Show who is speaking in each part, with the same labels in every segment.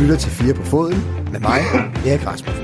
Speaker 1: lytter til 4 på foden med mig, Erik Rasmussen.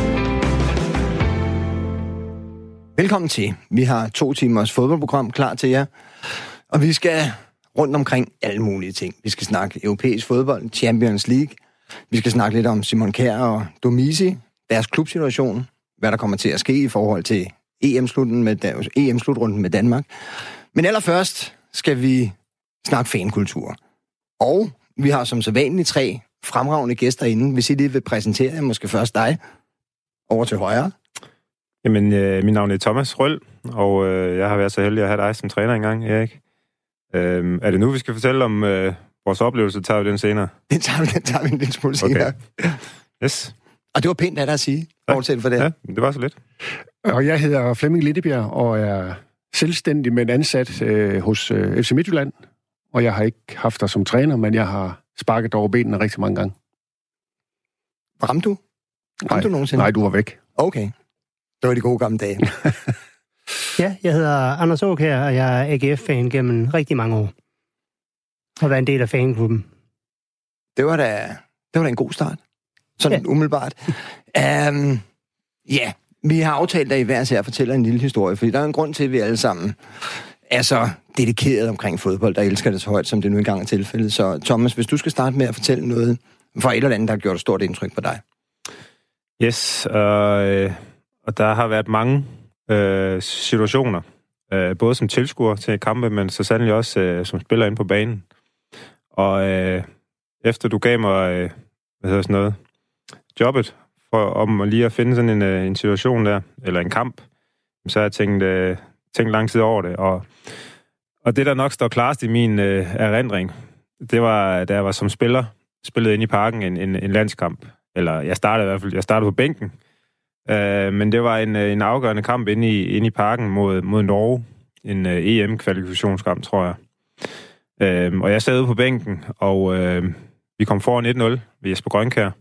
Speaker 1: Velkommen til. Vi har 2 timers fodboldprogram klar til jer, og vi skal rundt omkring alle mulige ting. Vi skal snakke europæisk fodbold, Champions League. Vi skal snakke lidt om Simon Kjær og Domisi, deres klubsituation, hvad der kommer til at ske i forhold til EM-slutrunden med Danmark. Men allerførst skal vi snakke fankultur. Og vi har som sædvanligt 3 fremragende gæster inde. Hvis I lige vil præsentere jer, måske først dig, over til højre.
Speaker 2: Jamen, mit navn er Thomas Røll, og jeg har været så heldig at have dig som træner engang, Erik. Er det nu, vi skal fortælle om vores oplevelse? Tager vi den senere?
Speaker 1: Den tager vi en lille smule senere.
Speaker 2: Okay. Yes.
Speaker 1: Og det var pænt af dig at sige, bortset for det.
Speaker 2: Ja, det var så lidt.
Speaker 3: Og jeg hedder Flemming Littebjerg, og er selvstændig, men ansat hos FC Midtjylland. Og jeg har ikke haft dig som træner, men jeg har sparket over benene rigtig mange gange.
Speaker 1: Ramte du nogensinde?
Speaker 3: Nej, du var væk.
Speaker 1: Okay. Det var de gode gamle dage.
Speaker 4: Ja, jeg hedder Anders Aakjær, og jeg er AGF-fan gennem rigtig mange år. Har været en del af fanklubben.
Speaker 1: Det var da en god start. Sådan umiddelbart. Vi har aftalt, at I hver ser fortæller en lille historie, fordi der er en grund til, at vi alle sammen er så dedikeret omkring fodbold, der elsker det så højt, som det nu engang er tilfældet. Så Thomas, hvis du skal starte med at fortælle noget fra et eller andet, der har gjort et stort indtryk på dig.
Speaker 2: Yes, og der har været mange situationer, både som tilskuer til kampe, men så sandelig også som spiller inde på banen. Og efter du gav mig, jobbet, om lige at finde sådan en situation der, eller en kamp, så har jeg tænkt lang tid over det. Og det, der nok står klarest i min erindring, det var, da jeg var som spiller, spillede inde i parken en landskamp. Eller jeg startede på bænken. Men det var en afgørende kamp inde i parken mod Norge. En EM-kvalifikationskamp, tror jeg. Og jeg sad ude på bænken, og vi kom foran 1-0 ved Jesper Grønkjær.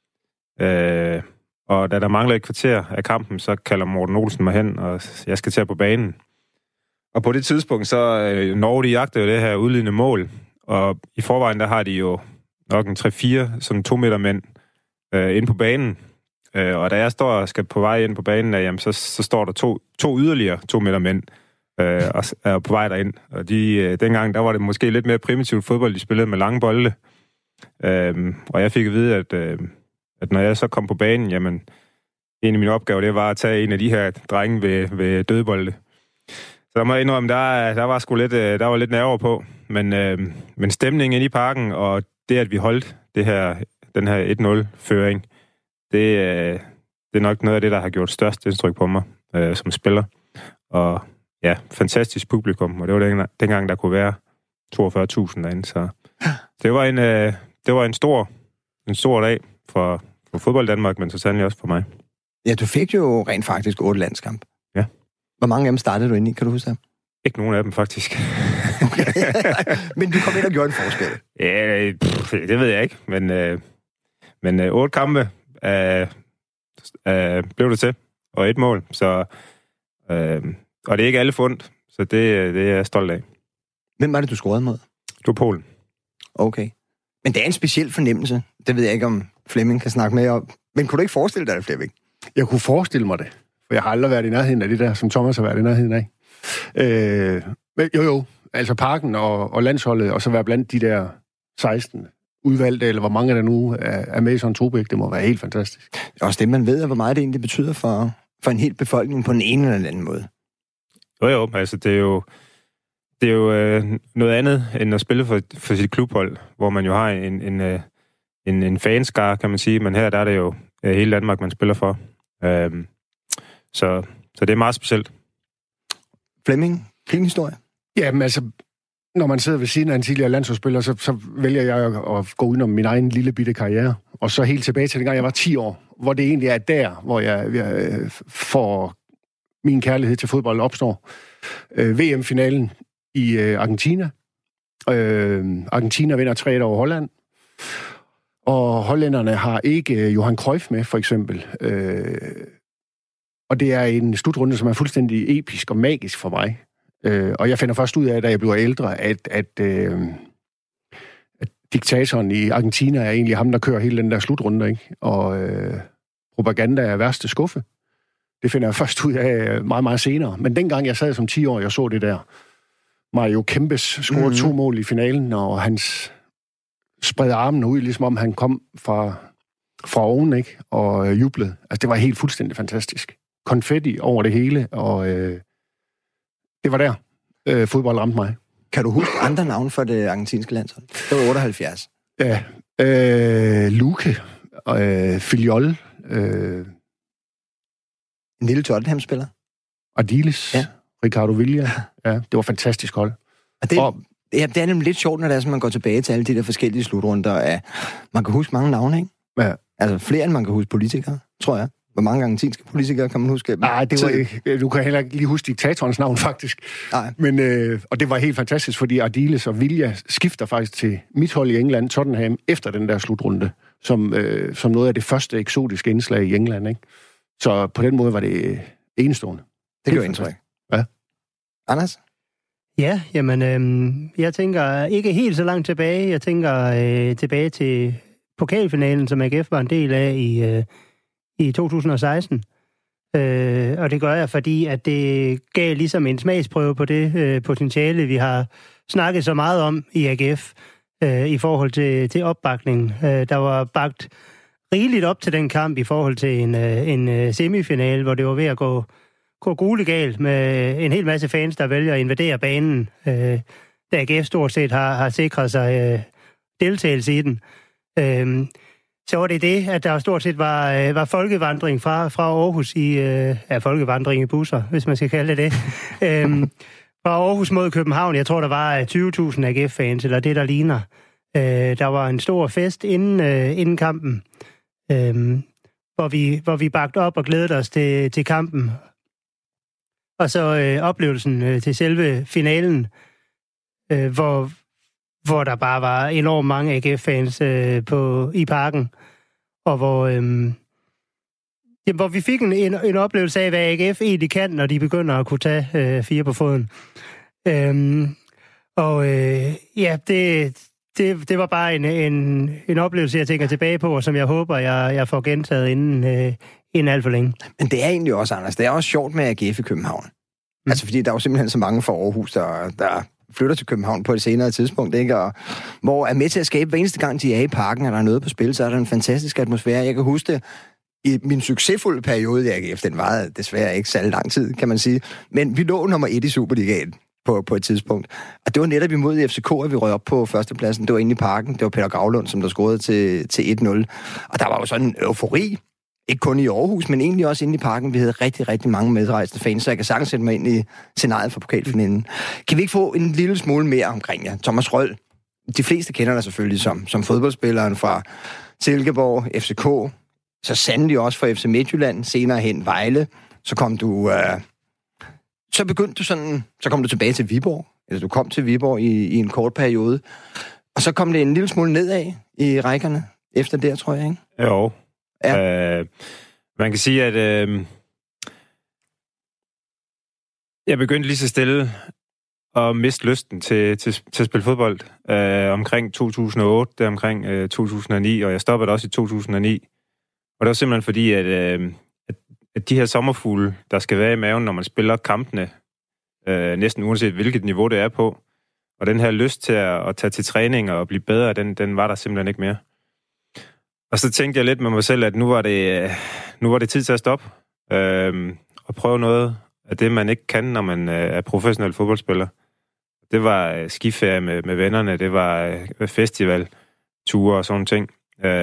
Speaker 2: Og da der mangler et kvarter af kampen, så kalder Morten Olsen mig hen, og jeg skal til på banen. Og på det tidspunkt, så Norge, de jagter jo det her udlignende mål. Og i forvejen, der har de jo nok en 3-4 sådan 2 meter mænd inde på banen. Og da jeg står og skal på vej ind på banen, jamen, så står der to yderligere 2 meter mænd og er på vej derind. Og dengang, der var det måske lidt mere primitivt fodbold, de spillede med lange bolde. Og jeg fik at vide, at når jeg så kom på banen, jamen, en af mine opgaver, det var at tage en af de her drenge ved dødbolde. Så der må jeg indrømme, der var sgu lidt, der var lidt nerver på. Men stemningen inde i parken, og det, at vi holdt den her 1-0-føring, det er nok noget af det, der har gjort størst indtryk på mig som spiller. Og ja, fantastisk publikum, og det var dengang, der kunne være 42.000 derinde. Så det var en stor dag for fodbold Danmark, men så sandelig også for mig.
Speaker 1: Ja, du fik jo rent faktisk 8 landskamp.
Speaker 2: Ja.
Speaker 1: Hvor mange af dem startede du ind i, kan du huske det?
Speaker 2: Ikke nogen af dem, faktisk.
Speaker 1: Okay. Men du kom ind og gjorde en forskel.
Speaker 2: Ja, det ved jeg ikke, men 8 kampe blev det til, og 1 mål, så og det er ikke alle fundet, så det er jeg stolt af.
Speaker 1: Hvem var det, du scorede mod?
Speaker 2: Det var Polen.
Speaker 1: Okay. Men det er en speciel fornemmelse. Det ved jeg ikke, om Flemming kan snakke med om. Men kunne du ikke forestille dig det, Flemming?
Speaker 3: Jeg kunne forestille mig det, for jeg har aldrig været i nærheden af det der, som Thomas har været i nærheden af. Men jo, altså parken og landsholdet, og så være blandt de der 16 udvalgte, eller hvor mange der nu er med i sådan en trobæk, det må være helt fantastisk.
Speaker 1: Også det, man ved, hvor meget det egentlig betyder for en hel befolkning på en ene eller anden måde.
Speaker 2: Jo, altså det er jo noget andet, end at spille for sit klubhold, hvor man jo har en fanskare, kan man sige, men her der er det jo hele Danmark, man spiller for. Så det er meget specielt.
Speaker 1: Flemming, din historie?
Speaker 3: Jamen altså, når man sidder ved siden af en tidligere landsholdsspiller, så vælger jeg at gå udenom min egen lille bitte karriere. Og så helt tilbage til dengang jeg var 10 år, hvor det egentlig er der, hvor jeg får min kærlighed til fodbold opstår. VM-finalen i Argentina. Argentina vinder 3-1 over Holland. Og hollænderne har ikke Johan Cruyff med, for eksempel. Og det er en slutrunde, som er fuldstændig episk og magisk for mig. Og jeg finder først ud af, da jeg bliver ældre, at diktatoren i Argentina er egentlig ham, der kører hele den der slutrunde, ikke? Og propaganda er værste skuffe. Det finder jeg først ud af meget, meget senere. Men dengang jeg sad som 10 år, jeg så det der. Mario Kempes scorede 2 mål i finalen, og han spredte armene ud, ligesom om han kom fra oven, ikke? Og jublede. Altså, det var helt fuldstændig fantastisk. Konfetti over det hele, og det var der, fodbold ramte mig.
Speaker 1: Kan du huske andre navne for det argentinske landshold? Det var 78.
Speaker 3: Ja. Luque, Filiol,
Speaker 1: en lille Tottenham-spiller.
Speaker 3: Ardiles, ja. Ricardo Villa. Ja, det var fantastisk hold.
Speaker 1: Og det er nemlig lidt sjovt, når det er, sådan, man går tilbage til alle de der forskellige slutrunder. Man kan huske mange navne, ikke?
Speaker 3: Ja.
Speaker 1: Altså flere, end man kan huske politikere, tror jeg. Hvor mange argentinske politikere kan man huske?
Speaker 3: Nej, det var ikke. Du kan heller ikke lige huske diktatorens navn, faktisk.
Speaker 1: Nej.
Speaker 3: Men, og det var helt fantastisk, fordi Ardiles og Villa skifter faktisk til mit hold i England, Tottenham, efter den der slutrunde, som noget af det første eksotiske indslag i England, ikke? Så på den måde var det enestående.
Speaker 1: Det gør indtryk.
Speaker 3: Ja.
Speaker 1: Anders?
Speaker 4: Ja, jamen, jeg tænker ikke helt så langt tilbage. Jeg tænker tilbage til pokalfinalen, som AGF var en del af i 2016. Og det gør jeg, fordi at det gav ligesom en smagsprøve på det potentiale, vi har snakket så meget om i AGF i forhold til opbakning. Der var bagt rigeligt op til den kamp i forhold til en semifinal, hvor det var ved at gå gule galt med en hel masse fans, der vælger at invadere banen, da AGF stort set har sikret sig deltagelse i den. Så var det, at der stort set var folkevandring fra Aarhus folkevandring i busser, hvis man skal kalde det. Fra Aarhus mod København, jeg tror, der var 20.000 AGF-fans, eller det, der ligner. Der var en stor fest inden kampen, hvor vi bagte op og glædede os til kampen. Og så oplevelsen til selve finalen, hvor der bare var enormt mange AGF-fans i parken, og hvor vi fik en oplevelse af, hvad AGF egentlig kan, når de begynder at kunne tage 4 på foden. Det var bare en oplevelse, jeg tænker tilbage på, og som jeg håber, jeg får gentaget inden alt for længe. Men
Speaker 1: det er egentlig også, Anders, det er også sjovt med AGF i København. Altså, fordi der er jo simpelthen så mange fra Aarhus, der flytter til København på et senere tidspunkt, ikke? Og hvor er med til at skabe, hver eneste gang de er i parken, og der er noget på spil, så er der en fantastisk atmosfære. Jeg kan huske det i min succesfulde periode i AGF. Den var desværre ikke særlig lang tid, kan man sige. Men vi lå nummer 1 i Superligaen på et tidspunkt. Og det var netop imod FCK, at vi røg op på førstepladsen. Det var inde i parken. Det var Peter Gravlund, som der scorede til 1-0. Og der var jo sådan en eufori. Ikke kun i Aarhus, men egentlig også inde i parken. Vi havde rigtig, rigtig mange medrejste fans, så jeg kan sagtens sætte mig ind i scenariet for pokalfinalen. Kan vi ikke få en lille smule mere omkring jer? Thomas Røll, de fleste kender dig selvfølgelig som fodboldspilleren fra Silkeborg, FCK, så sandelig også fra FC Midtjylland, senere hen Vejle. Så kom du tilbage til Viborg, eller du kom til Viborg i en kort periode, og så kom det en lille smule nedad i rækkerne efter det, tror jeg, ikke?
Speaker 2: Jo. Ja. Man kan sige, at jeg begyndte lige så stille at miste lysten til at spille fodbold omkring 2008, det omkring 2009, og jeg stoppede også i 2009. Og det var simpelthen fordi, at de her sommerfugle, der skal være i maven, når man spiller kampene, næsten uanset hvilket niveau det er på, og den her lyst til at tage til træning og blive bedre, den var der simpelthen ikke mere. Og så tænkte jeg lidt med mig selv, at nu var det tid til at stoppe og prøve noget af det, man ikke kan, når man er professionel fodboldspiller. Det var skiferie med vennerne, det var festivalture og sådan ting.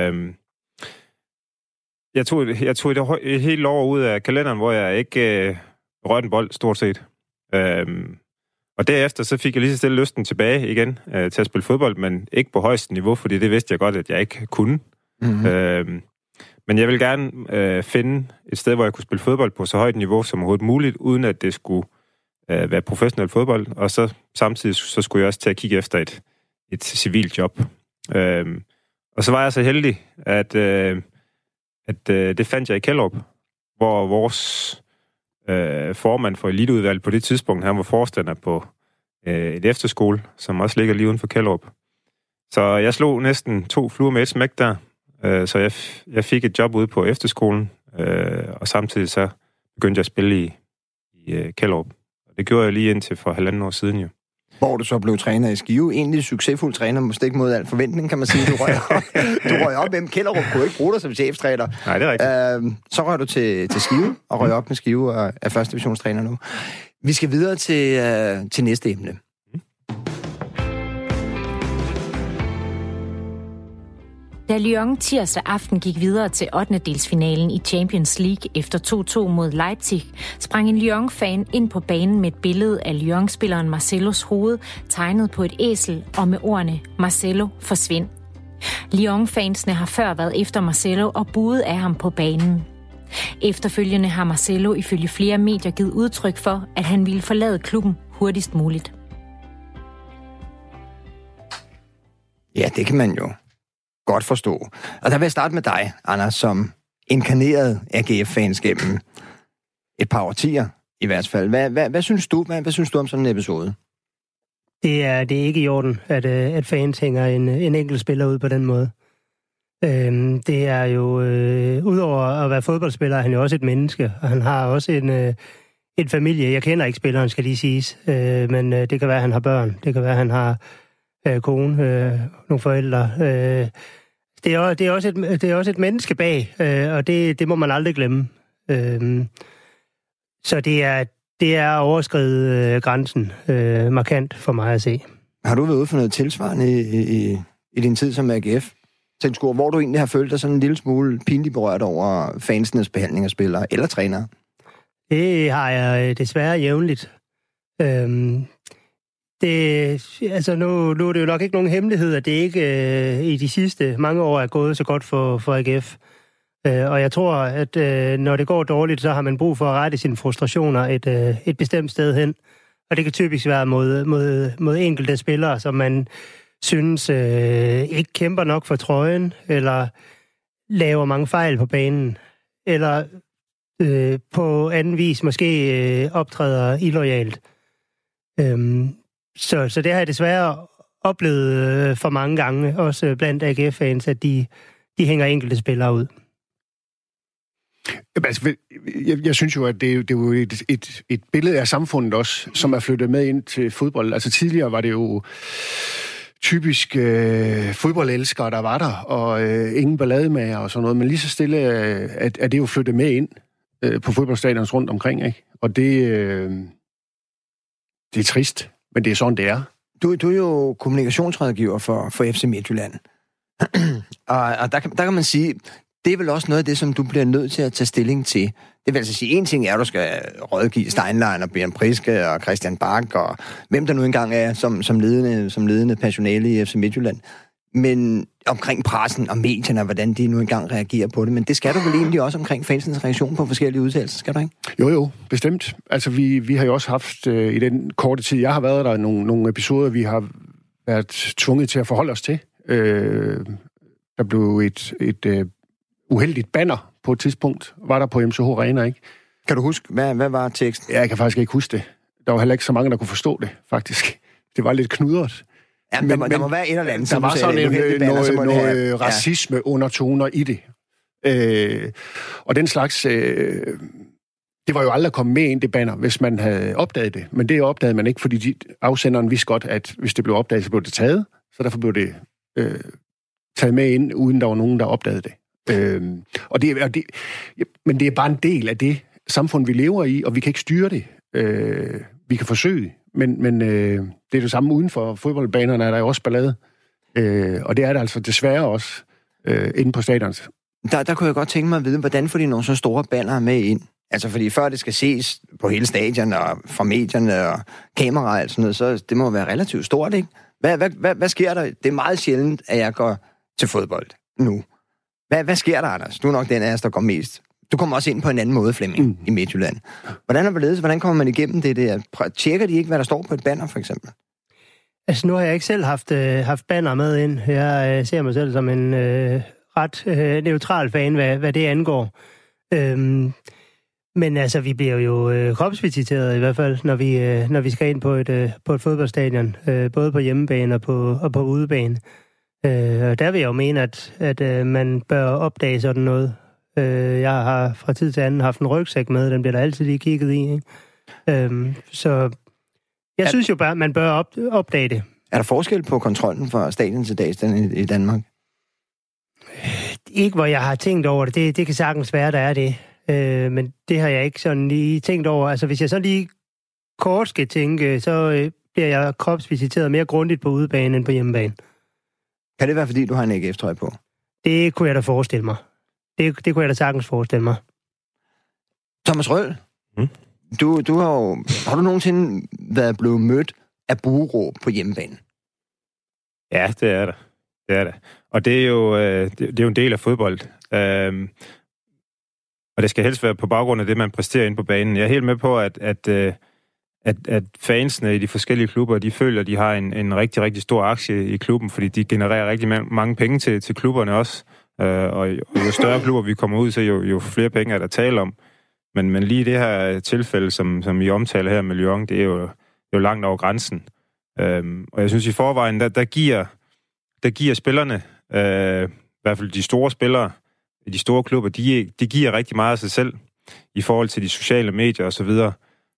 Speaker 2: Jeg tog et helt år ud af kalenderen, hvor jeg ikke rørte en bold, stort set. Og derefter så fik jeg lige så stille lysten tilbage igen til at spille fodbold, men ikke på højeste niveau, fordi det vidste jeg godt, at jeg ikke kunne. Mm-hmm. Men jeg vil gerne finde et sted, hvor jeg kunne spille fodbold på så højt niveau som overhovedet muligt, uden at det skulle være professionel fodbold, og så samtidig så skulle jeg også til at kigge efter et civilt job. Og så var jeg så heldig, at det fandt jeg i Kjellerup, hvor vores formand for eliteudvalget på det tidspunkt, han var forstander på et efterskole, som også ligger lige uden for Kjellerup. Så jeg slog næsten 2 fluer med et smæk der. Så jeg fik et job ude på efterskolen, og samtidig så begyndte jeg at spille i Kjellerup. Det gjorde jeg lige indtil for 1,5 år siden jo.
Speaker 1: Hvor du så blev træner i Skive. Egentlig succesfuld træner, måske ikke mod al forventning, kan man sige. Du røg op med Kjellerup, kunne ikke bruge dig som cheftræner.
Speaker 2: Nej, det er rigtigt.
Speaker 1: Så røg du til Skive, og røg op med Skive og er første divisionstræner nu. Vi skal videre til næste emne.
Speaker 5: Da Lyon tirsdag aften gik videre til 8. i Champions League efter 2-2 mod Leipzig, sprang en Lyon-fan ind på banen med et billede af Lyon-spilleren Marcelos hoved, tegnet på et æsel og med ordene Marcelo forsvind. Lyon-fansene har før været efter Marcelo og buet af ham på banen. Efterfølgende har Marcelo ifølge flere medier givet udtryk for, at han ville forlade klubben hurtigst muligt.
Speaker 1: Ja, det kan man jo godt forstå. Og der vil jeg starte med dig, Anders, som inkarneret AGF-fans gennem et par årtier i hvert fald. Hvad synes du? Hvad synes du om sådan en episode?
Speaker 4: Det er ikke i orden, at fans hænger en enkelt spiller ud på den måde. Det er jo, udover at være fodboldspiller, er han jo også et menneske, og han har også en familie. Jeg kender ikke spilleren, skal lige siges, men det kan være, at han har børn. Det kan være, at han har kone, nogle forældre. Det er også et menneske bag, og det må man aldrig glemme. Så det er at overskride grænsen markant for mig at se.
Speaker 1: Har du været ude for noget tilsvarende i din tid som AGF-tilskuer, hvor du egentlig har følt dig sådan en lille smule pinligt berørt over fansenes behandling af spillere eller trænere?
Speaker 4: Det har jeg desværre jævnligt. Nu er det jo nok ikke nogen hemmelighed, at det ikke i de sidste mange år er gået så godt for AGF. Og jeg tror, at når det går dårligt, så har man brug for at rette sine frustrationer et bestemt sted hen. Og det kan typisk være mod enkelte spillere, som man synes ikke kæmper nok for trøjen, eller laver mange fejl på banen, eller på anden vis måske optræder illoyalt. Så det har jeg desværre oplevet for mange gange, også blandt AGF-fans, at de hænger enkelte spillere ud.
Speaker 3: Jeg synes jo, at det er jo et billede af samfundet også, som er flyttet med ind til fodbold. Altså tidligere var det jo typisk fodboldelskere, der var der, og ingen ballademager og sådan noget, men lige så stille er det jo flyttet med ind på fodboldstadions rundt omkring, ikke? Og det er trist, men det er sådan, det er.
Speaker 1: Du er jo kommunikationsrådgiver for FC Midtjylland. og der kan man sige, det er vel også noget af det, som du bliver nødt til at tage stilling til. Det vil altså sige, en ting er, at du skal rådgive Steinlein og Bjørn Priske og Christian Bak og hvem der nu engang er som ledende personale i FC Midtjylland. Men omkring pressen og medierne, og hvordan de nu engang reagerer på det. Men det skal du vel egentlig også omkring fansens reaktion på forskellige udtalelser, skal du ikke? Jo,
Speaker 3: bestemt. Altså, vi har jo også haft i den korte tid, jeg har været der, nogle episoder, vi har været tvunget til at forholde os til. Der blev et uheldigt banner på et tidspunkt, var der på MCH Arena, ikke?
Speaker 1: Kan du huske, hvad var teksten?
Speaker 3: Ja, jeg kan faktisk ikke huske det. Der var heller ikke så mange, der kunne forstå det, faktisk. Det var lidt knudret.
Speaker 1: Ja, der må være et eller andet.
Speaker 3: Der var sådan noget racisme-undertoner i det. Og den slags... det var jo aldrig kommet med ind, det banner, hvis man havde opdaget det. Men det opdagede man ikke, fordi afsenderen vidste godt, at hvis det blev opdaget, så blev det taget. Så derfor blev det taget med ind, uden der var nogen, der opdagede det. Men det er bare en del af det samfund, vi lever i, og vi kan ikke styre det. Vi kan forsøge, men det er det samme uden for fodboldbanerne, er der jo også ballade. Og det er der altså desværre også inde på stadions.
Speaker 1: Der kunne jeg godt tænke mig at vide, hvordan får de nogle så store banner med ind? Altså, fordi før det skal ses på hele stadion og fra medierne og kameraer og sådan noget, så det må være relativt stort, ikke? Hvad sker der? Det er meget sjældent, at jeg går til fodbold nu. Hvad sker der, Anders? Du er nok den af os, der går mest. Du kommer også ind på en anden måde, Flemming, i Midtjylland. Hvordan kommer man igennem det der? Tjekker de ikke, hvad der står på et banner, for eksempel?
Speaker 4: Altså, nu har jeg ikke selv haft banner med ind. Jeg ser mig selv som en ret neutral fan, hvad det angår. Men altså, vi bliver jo kropsvisiteret i hvert fald, når vi skal ind på et fodboldstadion. Både på hjemmebane og på udebane. Og der vil jeg jo mene, at man bør opdage sådan noget. Jeg har fra tid til anden haft en rygsæk med, den bliver der altid lige kigget i. Ikke? Så jeg synes jo bare, at man bør opdage det.
Speaker 1: Er der forskel på kontrollen fra stadion til dagsstand i Danmark?
Speaker 4: Ikke, hvor jeg har tænkt over det. Det kan sagtens være, der er det. Men det har jeg ikke sådan lige tænkt over. Altså, hvis jeg så lige kort skal tænke, så bliver jeg kropsvisiteret mere grundigt på udebane end på hjemmebane. Kan
Speaker 1: det være, fordi du har en AGF-trøje på?
Speaker 4: Det kunne jeg da forestille mig. Det kunne jeg da sagtens forestille mig.
Speaker 1: Thomas Røhl, du har du nogensinde været blevet mødt af bueråb på hjemmebane?
Speaker 2: Ja, det er det. Det er det. Og det er jo en del af fodbold. Og det skal helst være på baggrund af det, man præsterer inde på banen. Jeg er helt med på, at fansene i de forskellige klubber, de føler, at de har en rigtig, rigtig stor aktie i klubben, fordi de genererer rigtig mange penge til klubberne også. Og jo større klubber vi kommer ud til, jo flere penge er der tale om. Men lige det her tilfælde, som I omtaler her med Lyon, det er jo langt over grænsen. Og jeg synes i forvejen, der giver spillerne, i hvert fald de store spillere i de store klubber, de giver rigtig meget af sig selv i forhold til de sociale medier og så videre.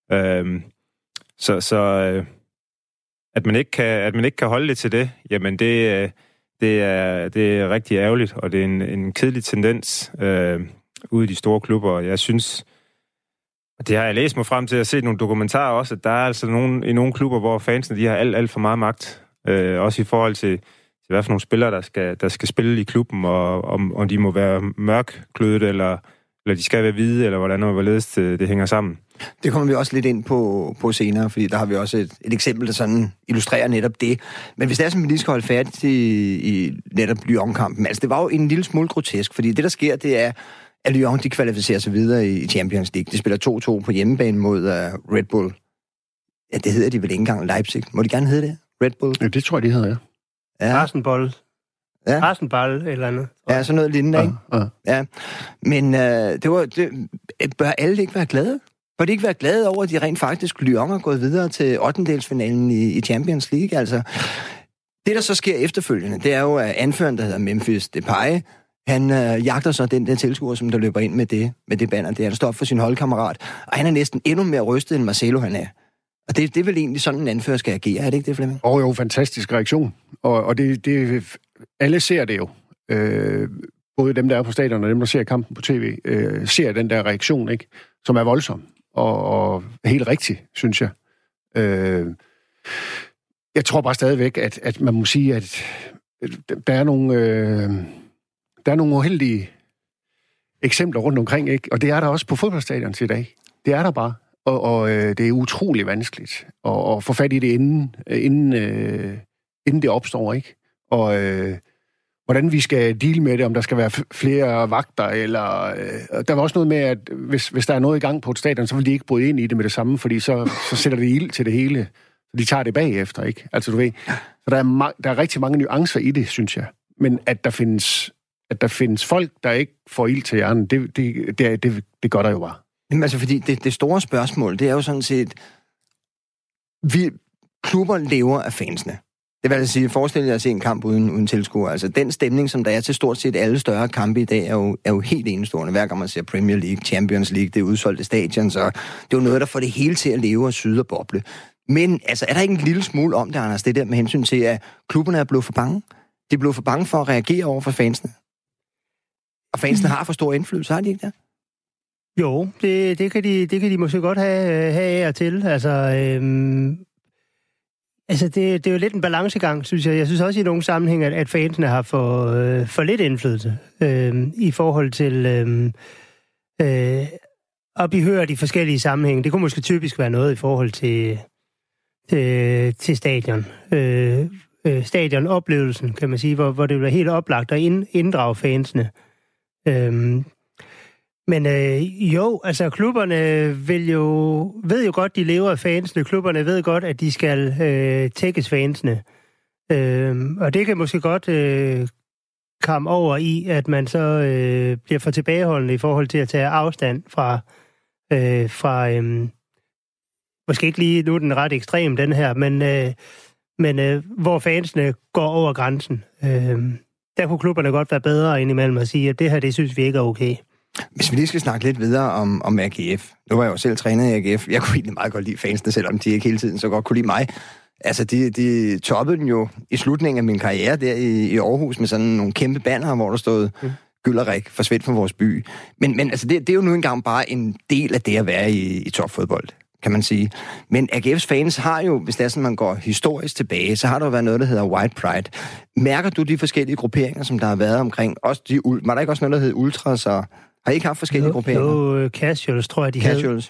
Speaker 2: Så at man ikke kan holde det til det, jamen det er rigtig ærgerligt, og det er en kedelig tendens ude i de store klubber. Og jeg synes, og det har jeg læst mig frem til at se nogle dokumentarer også, at der er altså i nogle klubber, hvor fansene de har alt for meget magt. Også i forhold til hvad for nogle spillere, der skal spille i klubben, og om de må være mørkklødet, eller de skal være hvide, eller hvordan og hvorledes det hænger sammen.
Speaker 1: Det kommer vi også lidt ind på senere, fordi der har vi også et eksempel, der sådan illustrerer netop det. Men hvis det er, som vi lige skal holde færdigt i netop Lyon-kampen, altså det var jo en lille smule grotesk, fordi det, der sker, det er, at Lyon, de kvalificerer sig videre i Champions League. De spiller 2-2 på hjemmebane mod Red Bull. Ja, det hedder de vel ikke engang Leipzig. Må de gerne hedde det? Red Bull?
Speaker 3: Ja, det tror jeg, de hedder, ja.
Speaker 4: Arsenal. Ja. Arsenal eller andet.
Speaker 1: Ja, sådan noget lignende, ikke? Ja. Men bør alle ikke være glade? Bør de ikke være glade over, at de rent faktisk Lyon er gået videre til 8-delsfinalen i Champions League? Altså, det, der så sker efterfølgende, det er jo, at anføreren, der hedder Memphis Depay, han jagter så den der tilskuer, som der løber ind med det banner der. Der står op for sin holdkammerat, og han er næsten endnu mere rystet, end Marcelo han er. Og det er vel egentlig sådan, en anfører skal agere, er det ikke det, Flemming?
Speaker 3: Jo, fantastisk reaktion. Og det alle ser det jo. Både dem, der er på stadion, og dem, der ser kampen på tv, ser den der reaktion, ikke? Som er voldsom. Og helt rigtig, synes jeg. Jeg tror bare stadigvæk, at man må sige, at der er nogle uheldige eksempler rundt omkring, ikke? Og det er der også på fodboldstadion til i dag. Det er der bare. Og det er utrolig vanskeligt at få fat i det, inden det opstår, ikke? Og hvordan vi skal deale med det, om der skal være flere vagter, eller... der var også noget med, at hvis der er noget i gang på et stadion, så vil de ikke bryde ind i det med det samme, fordi så sætter det ild til det hele. Så de tager det bagefter, ikke? Altså, du ved... Så der er rigtig mange nuancer i det, synes jeg. Men at der findes folk, der ikke får ild til hjernen, det gør der jo bare.
Speaker 1: Jamen altså, fordi det store spørgsmål, det er jo sådan set, klubber lever af fansene. Det vil altså sige, forestil jer at se en kamp uden tilskuere. Altså, den stemning, som der er til stort set alle større kampe i dag, er jo helt enestående. Hver gang man ser Premier League, Champions League, det er udsolgte stadion, så det er jo noget, der får det hele til at leve og syde og boble. Men altså, er der ikke en lille smule om det, Anders, det der med hensyn til, at klubberne er blevet for bange? De er blevet for bange for at reagere over for fansene. Og fansene har for stor indflydelse, har de ikke det?
Speaker 4: Jo, det kan de måske godt have af og til. Altså, det er jo lidt en balancegang, synes jeg. Jeg synes også i nogle sammenhæng, at fansene har for lidt indflydelse i forhold til at blive hørt i forskellige sammenhænge. Det kunne måske typisk være noget i forhold til stadion. Stadionoplevelsen, kan man sige, hvor det bliver helt oplagt at inddrage fansene. Men jo, altså klubberne ved jo godt, de lever af fansene. Klubberne ved godt, at de skal tækkes fansene. Og det kan måske godt komme over i, at man så bliver for tilbageholdende i forhold til at tage afstand fra måske ikke lige nu den ret ekstrem, den her, men hvor fansene går over grænsen. Der kunne klubberne godt være bedre indimellem at sige, at det her, det synes vi ikke er okay.
Speaker 1: Hvis vi lige skal snakke lidt videre om AGF. Nu var jeg jo selv trænet i AGF. Jeg kunne egentlig meget godt lide fansene, selvom de ikke hele tiden så godt kunne lide mig. Altså, de toppede den jo i slutningen af min karriere der i Aarhus med sådan nogle kæmpe banner, hvor der stod Gylderik, forsvind fra vores by. Men altså, det er jo nu engang bare en del af det at være i topfodbold, kan man sige. Men AGF's fans har jo, hvis det er sådan, man går historisk tilbage, så har der jo været noget, der hedder White Pride. Mærker du de forskellige grupperinger, som der har været omkring? Også var der ikke også noget, der hed Ultras, og har I ikke haft forskellige grupperinger?
Speaker 4: Jo, Casuals, tror jeg, de
Speaker 1: Casuals.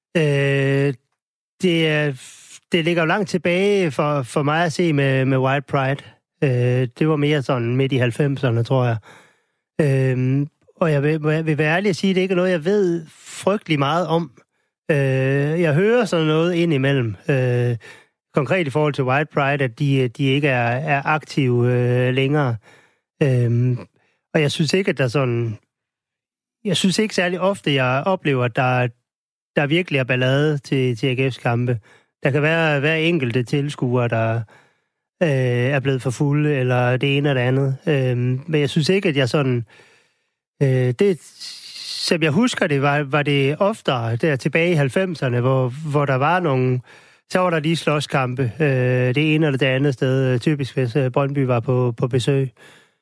Speaker 4: Det ligger jo langt tilbage for mig at se med White Pride. Det var mere sådan midt i 90'erne, tror jeg. Og jeg vil være ærlig at sige, at det ikke er noget, jeg ved frygtelig meget om. Jeg hører sådan noget indimellem. Konkret i forhold til White Pride, at de ikke er aktive længere. Og jeg synes ikke, at der sådan... Jeg synes ikke særlig ofte, jeg oplever, at der virkelig er ballade til AGF's kampe. Der kan være enkelte tilskuere, der er blevet for fulde, eller det ene eller det andet. Men jeg synes ikke, at jeg sådan... Det, som jeg husker det, var det oftere der tilbage i 90'erne, hvor der var nogle... Så var der lige slåskampe, det ene eller det andet sted, typisk hvis Brøndby var på besøg.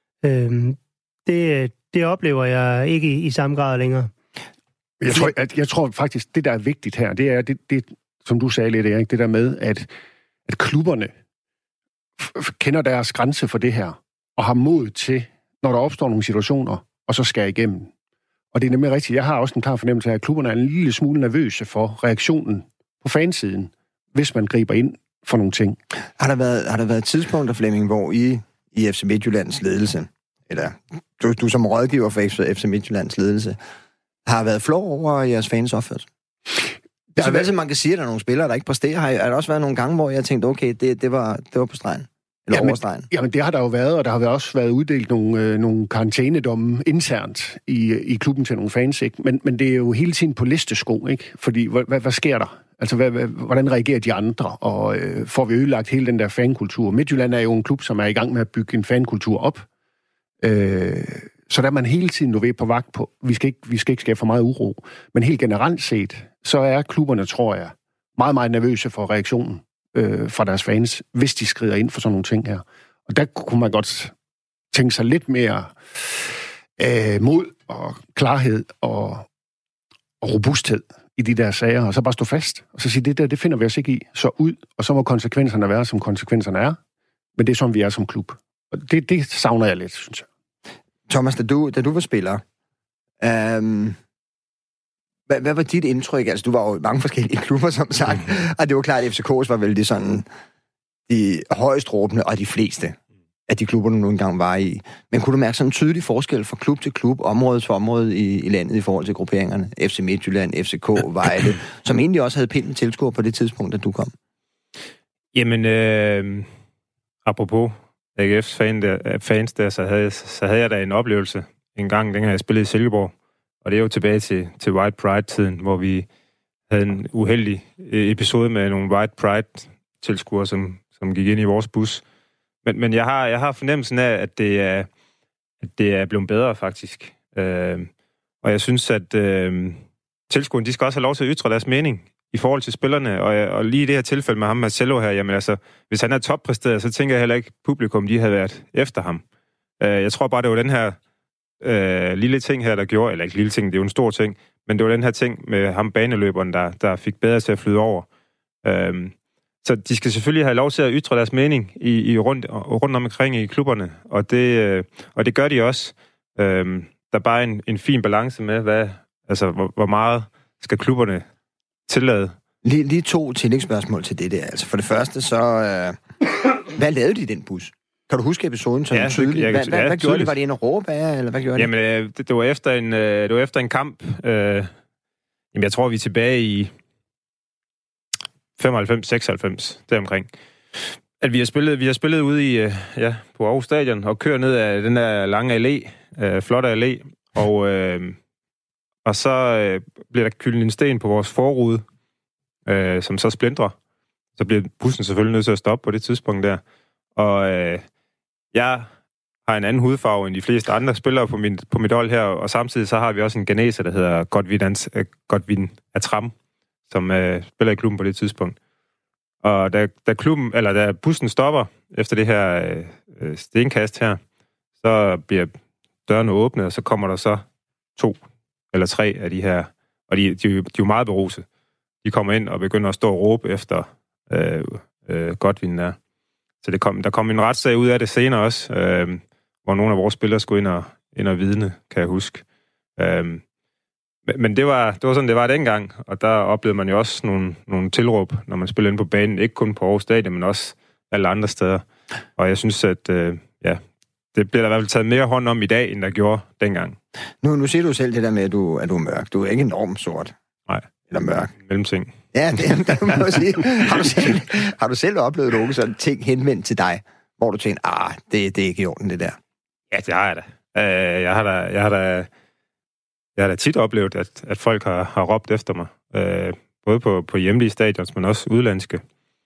Speaker 4: Det oplever jeg ikke i samme grad længere.
Speaker 3: Jeg tror faktisk, det der er vigtigt her, det er, det som du sagde lidt, Erik, det der med, at klubberne kender deres grænse for det her, og har mod til, når der opstår nogle situationer, og så skal igennem. Og det er nemlig rigtigt. Jeg har også en klar fornemmelse af, at klubberne er en lille smule nervøse for reaktionen på fansiden, hvis man griber ind for nogle ting.
Speaker 1: Har der været tidspunkter, Flemming, hvor I FC Midtjyllands ledelse, eller du som rådgiver for FC Midtjyllands ledelse, har været flov over jeres fans opførsel? Så hvad man kan sige, at der er nogle spillere, der ikke præsterer? Har der også været nogle gange, hvor jeg tænkte, okay, det var på stregen? Eller overstregen?
Speaker 3: Jamen, det har der jo været, og der har også været uddelt nogle karantænedomme internt i klubben til nogle fans, ikke? Men det er jo hele tiden på listesko, ikke? Fordi, hvad sker der? Altså, hvordan reagerer de andre? Og får vi ødelagt hele den der fankultur? Midtjylland er jo en klub, som er i gang med at bygge en fankultur op. Så der er man hele tiden nu ved på vagt på. Vi skal ikke skabe for meget uro. Men helt generelt set, så er klubberne, tror jeg, meget, meget nervøse for reaktionen fra deres fans, hvis de skrider ind for sådan nogle ting her. Og der kunne man godt tænke sig lidt mere mod og klarhed og robusthed i de der sager, og så bare stå fast, og så sige, det finder vi os ikke i, så ud, og så må konsekvenserne være, som konsekvenserne er. Men det er sådan, vi er som klub. Og det savner jeg lidt, synes jeg.
Speaker 1: Thomas, da du var spiller, hvad var dit indtryk? Altså, du var jo i mange forskellige klubber, som sagt, og det var klart, at FCK's var vel det sådan de højst råbende og de fleste af de klubber, du nu engang var i. Men kunne du mærke sådan en tydelig forskel fra klub til klub, område til område i landet i forhold til grupperingerne? FC Midtjylland, FCK, Vejle, som egentlig også havde pænt tilskuere på det tidspunkt, da du kom?
Speaker 2: Jamen, apropos AGF's fans der, så havde jeg da en oplevelse en gang, dengang jeg spillede i Silkeborg. Og det er jo tilbage til White Pride-tiden, hvor vi havde en uheldig episode med nogle White Pride-tilskuere, som gik ind i vores bus. Men jeg har fornemmelsen af, at det er blevet bedre, faktisk. Og jeg synes, at tilskuerne, de skal også have lov til at ytre deres mening i forhold til spillerne. Og lige i det her tilfælde med ham, Marcelo her, jamen altså, hvis han er toppræsteret, så tænker jeg heller ikke, publikum, de havde været efter ham. Jeg tror bare, det var den her lille ting her, der gjorde, eller ikke lille ting, det er jo en stor ting, men det var den her ting med ham baneløberen, der fik bedre til at flyde over. Så de skal selvfølgelig have lov til at ytre deres mening i rundt omkring i klubberne, og det gør de også. Der er bare en fin balance med, hvor meget skal klubberne tillade.
Speaker 1: Lige 2 tillægsspørgsmål til det der. Altså for det første, så hvad lavede de i den bus? Kan du huske episoden så tydeligt? Hvad gjorde de? Var det en råbærer, eller hvad gjorde de?
Speaker 2: Jamen, det var efter en kamp. Jamen, jeg tror, vi er tilbage i 95-96, deromkring. At vi har spillet ude på Aarhus Stadion, og kører ned af den der lange allé, flotte allé, og så bliver der kyldet en sten på vores forrude, som så splintrer. så bliver bussen selvfølgelig nødt til at stoppe på det tidspunkt der. Og jeg har en anden hudfarve end de fleste andre spillere på mit hold her, og samtidig så har vi også en ghaneser, der hedder Godwin Atram, som spiller i klubben på det tidspunkt. Og da bussen stopper efter det her stenkast her, så bliver dørene åbnet, og så kommer der så 2 eller 3 af de her, og de er jo meget beruset. De kommer ind og begynder at stå og råbe efter Godwin der. Så der kom en retssag ud af det senere også, hvor nogle af vores spillere skulle ind og vidne, kan jeg huske. Men det var sådan, det var dengang, og der oplevede man jo også nogle tilråb, når man spillede inde på banen, ikke kun på Aarhus Stadion, men også alle andre steder. Og jeg synes, at det bliver der i hvert fald taget mere hånd om i dag, end der gjorde dengang.
Speaker 1: Nu siger du selv det der med, at du er mørk. Du er ikke enormt sort.
Speaker 2: Nej.
Speaker 1: Eller mørk.
Speaker 2: Mellemting.
Speaker 1: Ja, det må jeg sige. Har du selv oplevet nogle sådan ting henvendt til dig, hvor du tænker, det er ikke i orden, det der?
Speaker 2: Ja, det har jeg da. Jeg har da tit oplevet, at folk har råbt efter mig. Både på hjemlige stadions, men også udlandske.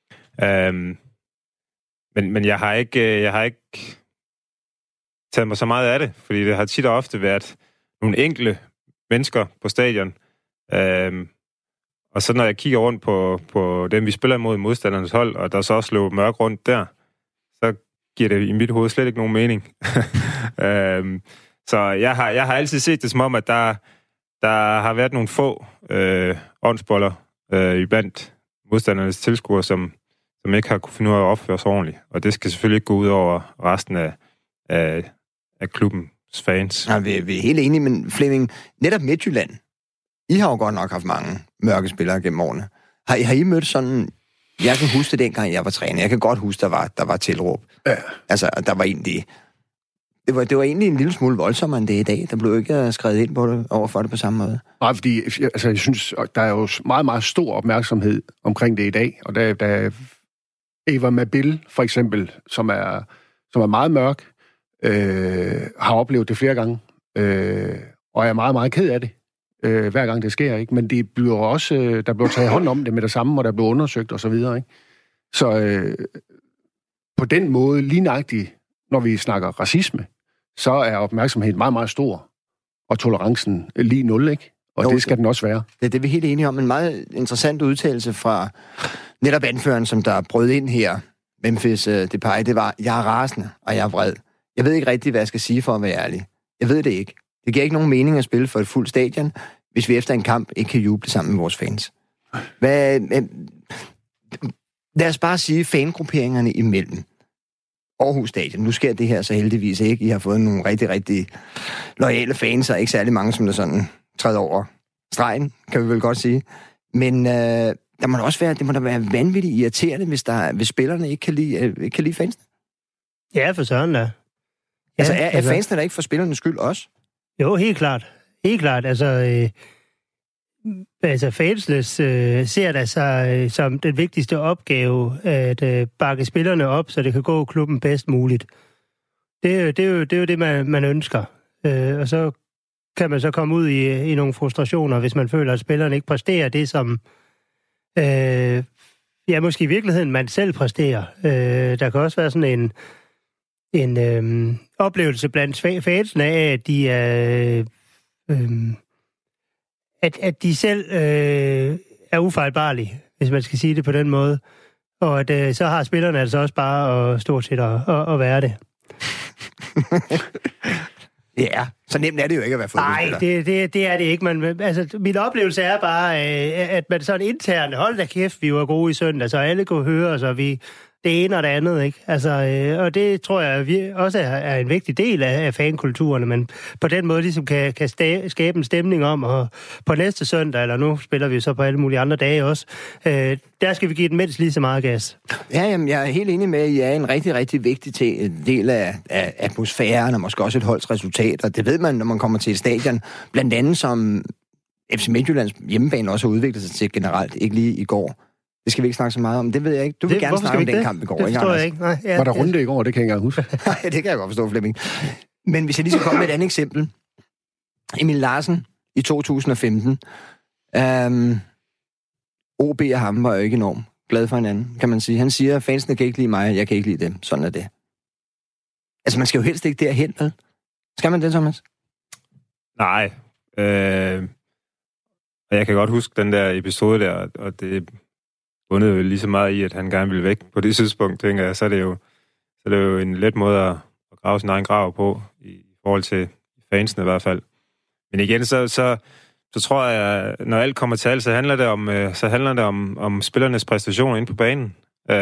Speaker 2: Men jeg har ikke taget mig så meget af det, fordi det har tit og ofte været nogle enkelte mennesker på stadion. Og så når jeg kigger rundt på dem, vi spiller imod modstandernes hold, og der så også løber mørk rundt der, så giver det i mit hoved slet ikke nogen mening. Så jeg har altid set det som om, at der har været nogle få åndsboller iblandt modstandernes tilskuere, som ikke har kunne finde ud af at opføre sig ordentligt. Og det skal selvfølgelig ikke gå ud over resten af klubbens fans.
Speaker 1: Ja, vi er helt enige, men Flemming, netop Midtjylland, I har jo godt nok haft mange mørke spillere gennem årene. Har I mødt sådan... Jeg kan huske det dengang, jeg var træner. Jeg kan godt huske, der var tilråb. Ja. Altså, der var egentlig... Det var egentlig en lille smule voldsommere end det i dag. Der blev ikke skrevet ind på det, overfor det på samme måde.
Speaker 3: Nej, fordi jeg synes, der er jo meget, meget stor opmærksomhed omkring det i dag. Og der Eva Mabil, for eksempel, som er meget mørk, har oplevet det flere gange. Og er meget, meget ked af det, hver gang det sker, ikke? Men det bliver også, der bliver taget hånd om det med det samme, og der bliver undersøgt osv., ikke? Så på den måde, lige nøjagtigt, når vi snakker racisme, så er opmærksomheden meget, meget stor, og tolerancen lige 0, ikke? Og det skal den også være.
Speaker 1: Det er vi helt enige om. En meget interessant udtalelse fra netop anføreren, som der brød ind her, Memphis Depay, det var, jeg er rasende, og jeg er vred. Jeg ved ikke rigtigt, hvad jeg skal sige for at være ærlig. Jeg ved det ikke. Det giver ikke nogen mening at spille for et fuldt stadion, hvis vi efter en kamp ikke kan juble sammen med vores fans. Lad os bare sige fangrupperingerne imellem. Aarhus Stadion. Nu sker det her så heldigvis ikke. I har fået nogle rigtig, rigtig loyale fans, og ikke særlig mange, som der sådan træder over stregen, kan vi vel godt sige. Men det må da være vanvittigt irriterende, hvis spillerne ikke kan lide fansene.
Speaker 4: Ja, for søren da. Ja,
Speaker 1: altså, er fansene der ikke for spillernes skyld også?
Speaker 4: Jo, helt klart. Helt klart. Altså fansene ser der sig som den vigtigste opgave at bakke spillerne op, så det kan gå klubben bedst muligt. Det er jo det, man ønsker. Og så kan man så komme ud i nogle frustrationer, hvis man føler, at spillerne ikke præsterer det, som måske i virkeligheden man selv præsterer. Der kan også være sådan en oplevelse blandt fansene af, at de er... At de selv er ufejlbarlige, hvis man skal sige det på den måde. Og at så har spillerne altså også bare stort set at være det.
Speaker 1: Ja, så nemt er det jo ikke at være fodboldspiller.
Speaker 4: Nej, det er det ikke. Min oplevelse er bare, at man sådan internt, hold da kæft, vi var gode i søndag, så alle kunne høre, så vi det ene og det andet, ikke? Og det tror jeg også er en vigtig del af fankulturen, men på den måde ligesom kan skabe en stemning om, og på næste søndag, eller nu spiller vi så på alle mulige andre dage også, der skal vi give den mindst lige så meget gas. Ja,
Speaker 1: jamen, jeg er helt enig med, at I er en rigtig, rigtig vigtig del af atmosfæren, og måske også et holds resultat, og det ved man, når man kommer til et stadion, blandt andet som FC Midtjyllands hjemmebane også har udviklet sig til generelt, ikke lige i går. Det skal vi ikke snakke så meget om. Det ved jeg ikke. Du vil gerne snakke om den kamp i går,
Speaker 4: ikke? Det forstår jeg ikke. Nej, ja,
Speaker 3: var der runde i går? Det kan jeg ikke engang huske.
Speaker 1: Nej, det kan jeg godt forstå, Flemming. Men hvis jeg lige skal komme med et andet eksempel. Emil Larsen i 2015. OB og ham var jo ikke enormt glade for hinanden, kan man sige. Han siger, at fansene kan ikke lide mig, jeg kan ikke lide dem. Sådan er det. Altså, man skal jo helst ikke derhen, vel? Skal man det, Thomas?
Speaker 2: Nej. Jeg kan godt huske den der episode der, og det bundede jo lige så meget i, at han gerne ville væk på det tidspunkt, tænker jeg. Så er det jo en let måde at grave sin egen grav på, i forhold til fansene i hvert fald. Men igen, så tror jeg, når alt kommer til alt, så handler det om spillernes præstationer inde på banen.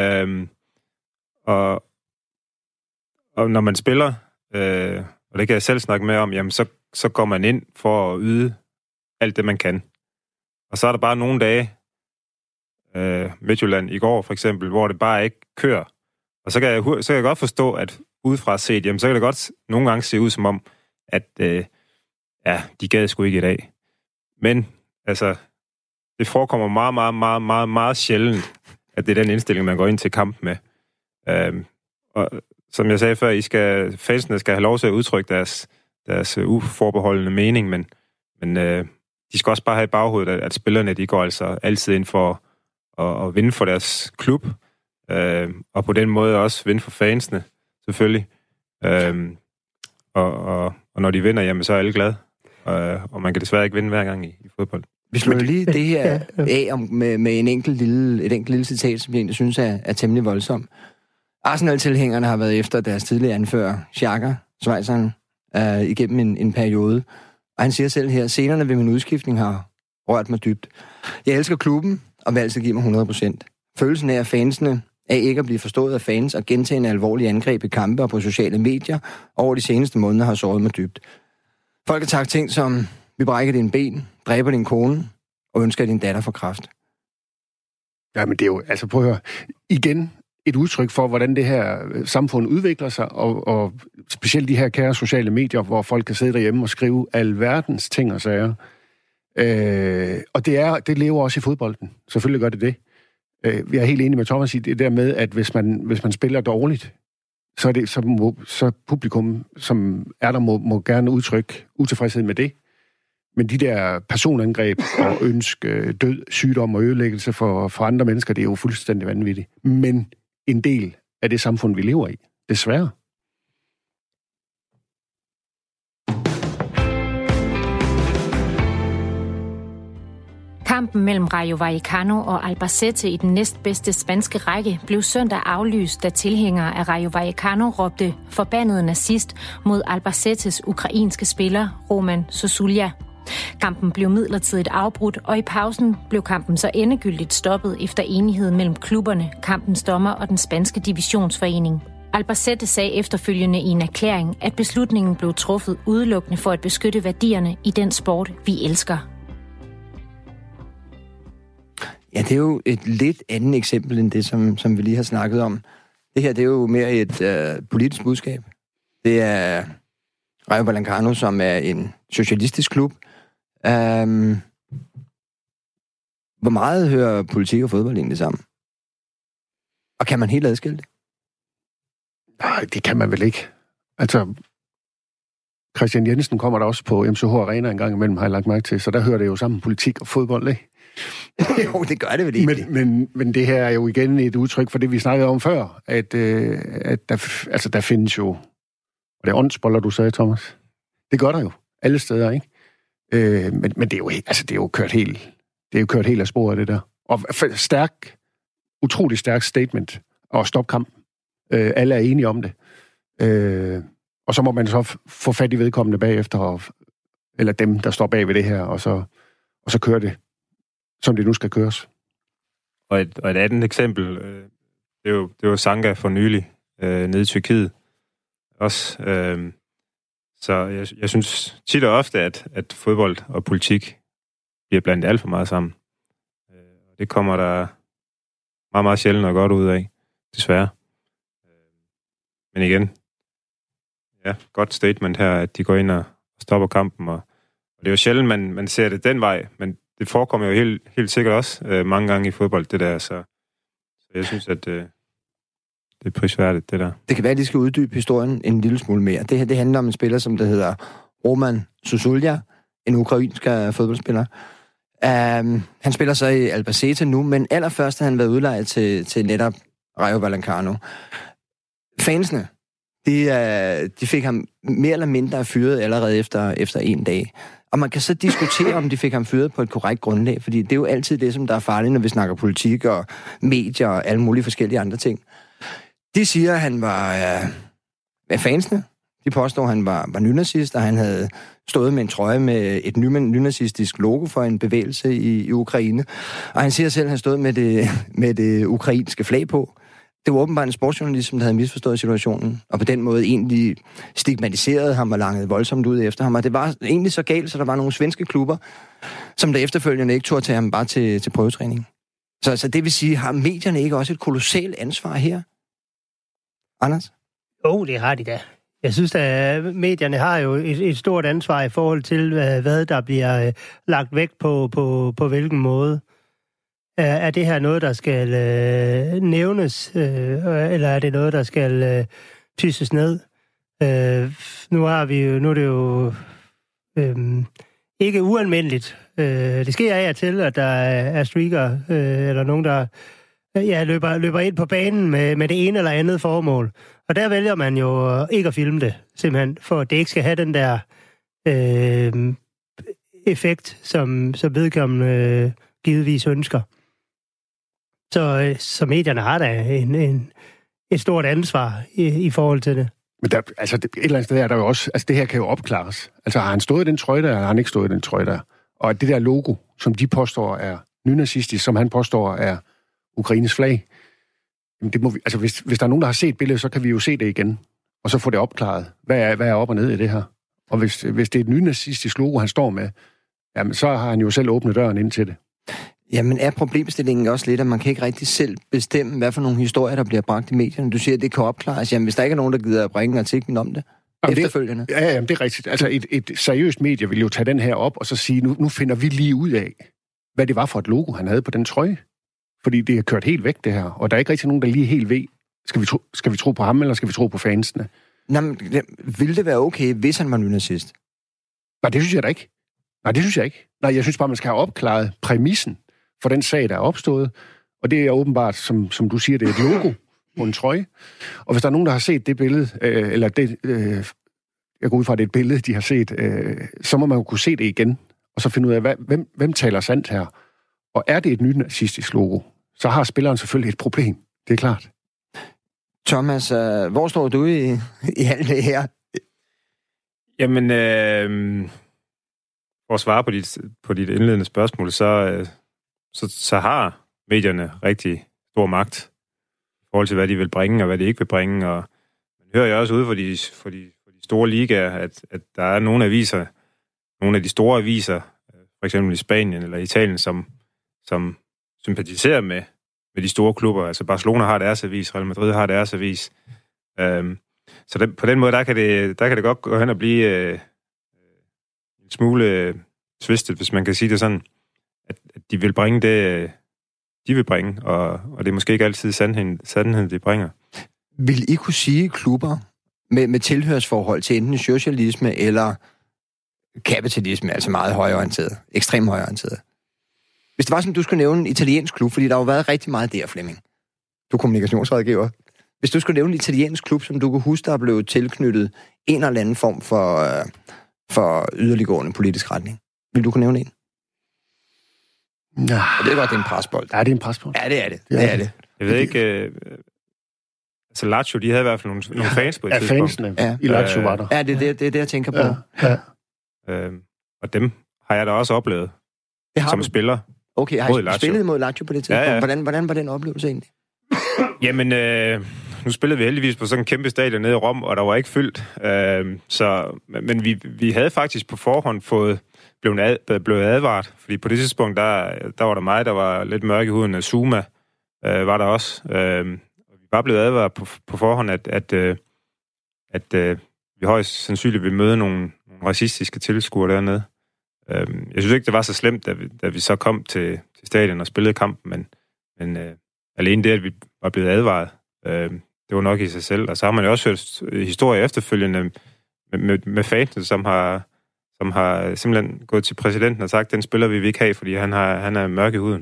Speaker 2: Og når man spiller, og det kan jeg selv snakke med om, jamen så går man ind for at yde alt det, man kan. Og så er der bare nogle dage, Midtjylland i går for eksempel, hvor det bare ikke kører. Og så kan jeg godt forstå, at udefra set, jamen så kan det godt nogle gange se ud som om, at de gad sgu ikke i dag. Men altså, det forekommer meget, meget, meget, meget, meget sjældent, at det er den indstilling, man går ind til kamp med. Og som jeg sagde før, fansene skal have lov til at udtrykke deres uforbeholdende mening, men de skal også bare have i baghovedet, at spillerne, de går altså altid ind for at vinde for deres klub, og på den måde også vinde for fansene, selvfølgelig. Og når de vinder, jamen så er alle glade. Og man kan desværre ikke vinde hver gang i fodbold.
Speaker 1: Vi slutter lige det her af med et enkelt lille citat, som jeg egentlig synes er temmelig voldsomt. Arsenal-tilhængerne har været efter deres tidligere anfører, Xhaka, schweizeren, igennem en periode. Og han siger selv her, scenerne ved min udskiftning har rørt mig dybt. Jeg elsker klubben, og vil altid give mig 100%. Følelsen af fansene af ikke at blive forstået af fans og gentagende alvorlige angreb i kampe og på sociale medier over de seneste måneder har såret mig dybt. Folk har sagt ting som, vi brækker dine ben, dræber din kone og ønsker, at din datter får kræft.
Speaker 3: Ja, men det er jo, altså prøv at høre, igen et udtryk for, hvordan det her samfund udvikler sig, og specielt de her kære sociale medier, hvor folk kan sidde derhjemme og skrive alverdens ting og sager. Og det lever også i fodbolden. Selvfølgelig gør det det. Jeg er helt enig med Thomas i det der med, at hvis man spiller dårligt, så publikum, som er der, må gerne udtrykke utilfredshed med det. Men de der personangreb og ønske død, sygdom og ødelæggelse for andre mennesker, det er jo fuldstændig vanvittigt. Men en del af det samfund, vi lever i, desværre.
Speaker 5: Kampen mellem Rayo Vallecano og Albacete i den næstbedste spanske række blev søndag aflyst, da tilhængere af Rayo Vallecano råbte forbandet nazist mod Albacetes ukrainske spiller Roman Sosulja. Kampen blev midlertidigt afbrudt, og i pausen blev kampen så endegyldigt stoppet efter enighed mellem klubberne, kampens dommer og den spanske divisionsforening. Albacete sagde efterfølgende i en erklæring, at beslutningen blev truffet udelukkende for at beskytte værdierne i den sport, vi elsker.
Speaker 1: Ja, det er jo et lidt andet eksempel end det, som vi lige har snakket om. Det her, det er jo mere et politisk budskab. Det er Rayo Vallecano, som er en socialistisk klub. Hvor meget hører politik og fodbold egentlig sammen? Og kan man helt adskille det?
Speaker 3: Nej, det kan man vel ikke. Altså, Christian Jensen kommer der også på MCH Arena en gang imellem, har jeg lagt mærke til, så der hører det jo sammen politik og fodbold, ikke?
Speaker 1: Jo, det gør det vel egentlig.
Speaker 3: Men det her er jo igen et udtryk for det, vi snakkede om før, at der findes jo, og det er åndsboller, du sagde, Thomas. Det gør der jo alle steder, ikke? Men det er jo det er jo kørt helt af sporet, det der. Og utrolig stærk statement og stop kampen. Alle er enige om det. Og så må man så få fat i vedkommende bagefter, eller dem, der står bag ved det her, og så kører det, som det nu skal køres.
Speaker 2: Og et andet eksempel, det var Sanka for nylig, nede i Tyrkiet. Også, så jeg synes tit og ofte, at fodbold og politik bliver blandet alt for meget sammen. Det kommer der meget, meget sjældent og godt ud af, desværre. Men igen, ja, godt statement her, at de går ind og stopper kampen. Og det er jo sjældent, man ser det den vej, men det forekommer jo helt sikkert også mange gange i fodbold, det der. Så jeg synes, at det er prisværdigt, det der.
Speaker 1: Det kan være, at de skal uddybe historien en lille smule mere. Det her, det handler om en spiller, som der hedder Roman Sosulja, en ukrainsk fodboldspiller. Han spiller så i Albacete nu, men allerførst havde han været udlejet til netop Rayo Vallecano. Fansene, de fik ham mere eller mindre fyret allerede efter en dag. Og man kan så diskutere, om de fik ham fyret på et korrekt grundlag, fordi det er jo altid det, som der er farligt, når vi snakker politik og medier og alle mulige forskellige andre ting. De siger, at han var fansene. De påstår, at han var nynazist, og han havde stået med en trøje med et nynazistisk logo for en bevægelse i Ukraine. Og han siger selv, at han stod med det ukrainske flag på. Det var åbenbart en sportsjournalist, som havde misforstået situationen, og på den måde egentlig stigmatiserede ham og langede voldsomt ud efter ham. Og det var egentlig så galt, så der var nogle svenske klubber, som der efterfølgende ikke turde tage ham bare til prøvetræning. Så det vil sige, har medierne ikke også et kolossalt ansvar her? Anders?
Speaker 4: Det har de da. Jeg synes, at medierne har jo et stort ansvar i forhold til, hvad der bliver lagt vægt på hvilken måde. Er det her noget, der skal nævnes, eller er det noget, der skal tysses ned? Nu er det jo ikke ualmindeligt. Det sker af og til, at der er streaker, eller nogen, der løber ind på banen med det ene eller andet formål. Og der vælger man jo ikke at filme det, simpelthen, for at det ikke skal have den der effekt, som vedkommende givetvis ønsker. Så medierne har da et stort ansvar i forhold til det.
Speaker 3: Men der, altså, et eller andet sted er der jo også, altså det her kan jo opklares. Altså har han stået i den trøje der, eller har han ikke stået i den trøje der? Og det der logo, som de påstår er nynazistisk, som han påstår er Ukraines flag, det må vi, altså hvis der er nogen, der har set billedet, så kan vi jo se det igen, og så få det opklaret. Hvad er op og ned i det her? Og hvis det er et nynazistisk logo, han står med, jamen så har han jo selv åbnet døren ind til det.
Speaker 1: Jamen er problemstillingen også lidt, at man kan ikke rigtig selv bestemme, hvad for nogle historier, der bliver bragt i medierne? Du siger, at det kan opklares. Jamen hvis der ikke er nogen, der gider at bringe artiklen om det efterfølgende.
Speaker 3: Jamen det er rigtigt. Altså et seriøst medie vil jo tage den her op, og så sige, nu finder vi lige ud af, hvad det var for et logo, han havde på den trøje. Fordi det er kørt helt væk, det her. Og der er ikke rigtig nogen, der lige helt ved, skal vi tro på ham, eller skal vi tro på fansene?
Speaker 1: Nå, men ville det være okay, hvis han var nynazist?
Speaker 3: Nej, det synes jeg da ikke. Nej, jeg synes bare, man skal have opklaret præmissen for den sag, der er opstået. Og det er åbenbart, som du siger, det er et logo på en trøje. Og hvis der er nogen, der har set det billede, eller det, jeg går ud fra, det er et billede, de har set, så må man jo kunne se det igen, og så finde ud af, hvem taler sandt her. Og er det et nynazistisk logo, så har spilleren selvfølgelig et problem. Det er klart.
Speaker 1: Thomas, hvor står du i alt det her?
Speaker 2: Jamen, for at svare på dit indledende spørgsmål, så har medierne rigtig stor magt i forhold til, hvad de vil bringe, og hvad de ikke vil bringe. Og man hører jo også ude for de store ligaer, at der er nogle af de store aviser, for eksempel i Spanien eller Italien, som sympatiserer med de store klubber. Altså Barcelona har deres avis, Real Madrid har deres avis. Så på den måde, der kan det godt gå hen og blive en smule twistet, hvis man kan sige det sådan, at de vil bringe det, de vil bringe, og det er måske ikke altid sandheden, de bringer.
Speaker 1: Vil I kunne sige klubber med tilhørsforhold til enten socialisme eller kapitalisme, altså meget højreorienteret, ekstremt højreorienteret? Hvis det var som du skulle nævne en italiensk klub, fordi der har jo været rigtig meget der, Flemming. Du er kommunikationsrådgiver. Hvis du skulle nævne en italiensk klub, som du kunne huske, der er blevet tilknyttet en eller anden form for yderliggående politisk retning, vil du kunne nævne en?
Speaker 3: Ja.
Speaker 1: Det er godt, det er en presbold.
Speaker 3: Ja, det er en presbold.
Speaker 1: Ja, det er det. Det er det.
Speaker 2: Jeg ved ikke... Altså Lazio, de havde i hvert fald nogle fans på et tidspunkt.
Speaker 3: Fansene i Lazio var der.
Speaker 1: Ja, det er det, jeg tænker på.
Speaker 3: Ja.
Speaker 2: Og dem har jeg da også oplevet som spiller.
Speaker 1: Okay, har I spillet mod Lazio på det tidspunkt? Ja. Hvordan var den oplevelse egentlig?
Speaker 2: Jamen, nu spillede vi heldigvis på sådan en kæmpe stadion nede i Rom, og der var ikke fyldt. Men vi havde faktisk på forhånd blevet advaret, fordi på det tidspunkt, der var der mig, der var lidt mørk i huden. Zuma var der også. Vi var blevet advaret på forhånd, at vi højst sandsynligt ville møde nogle racistiske tilskuere dernede. Jeg synes ikke, det var så slemt, da vi så kom til stadion og spillede kampen, men alene det, at vi var blevet advaret, det var nok i sig selv. Og så har man jo også hørt historier efterfølgende med fansene, som som har simpelthen gået til præsidenten og sagt, den spiller vi ikke have, fordi han er mørk i huden.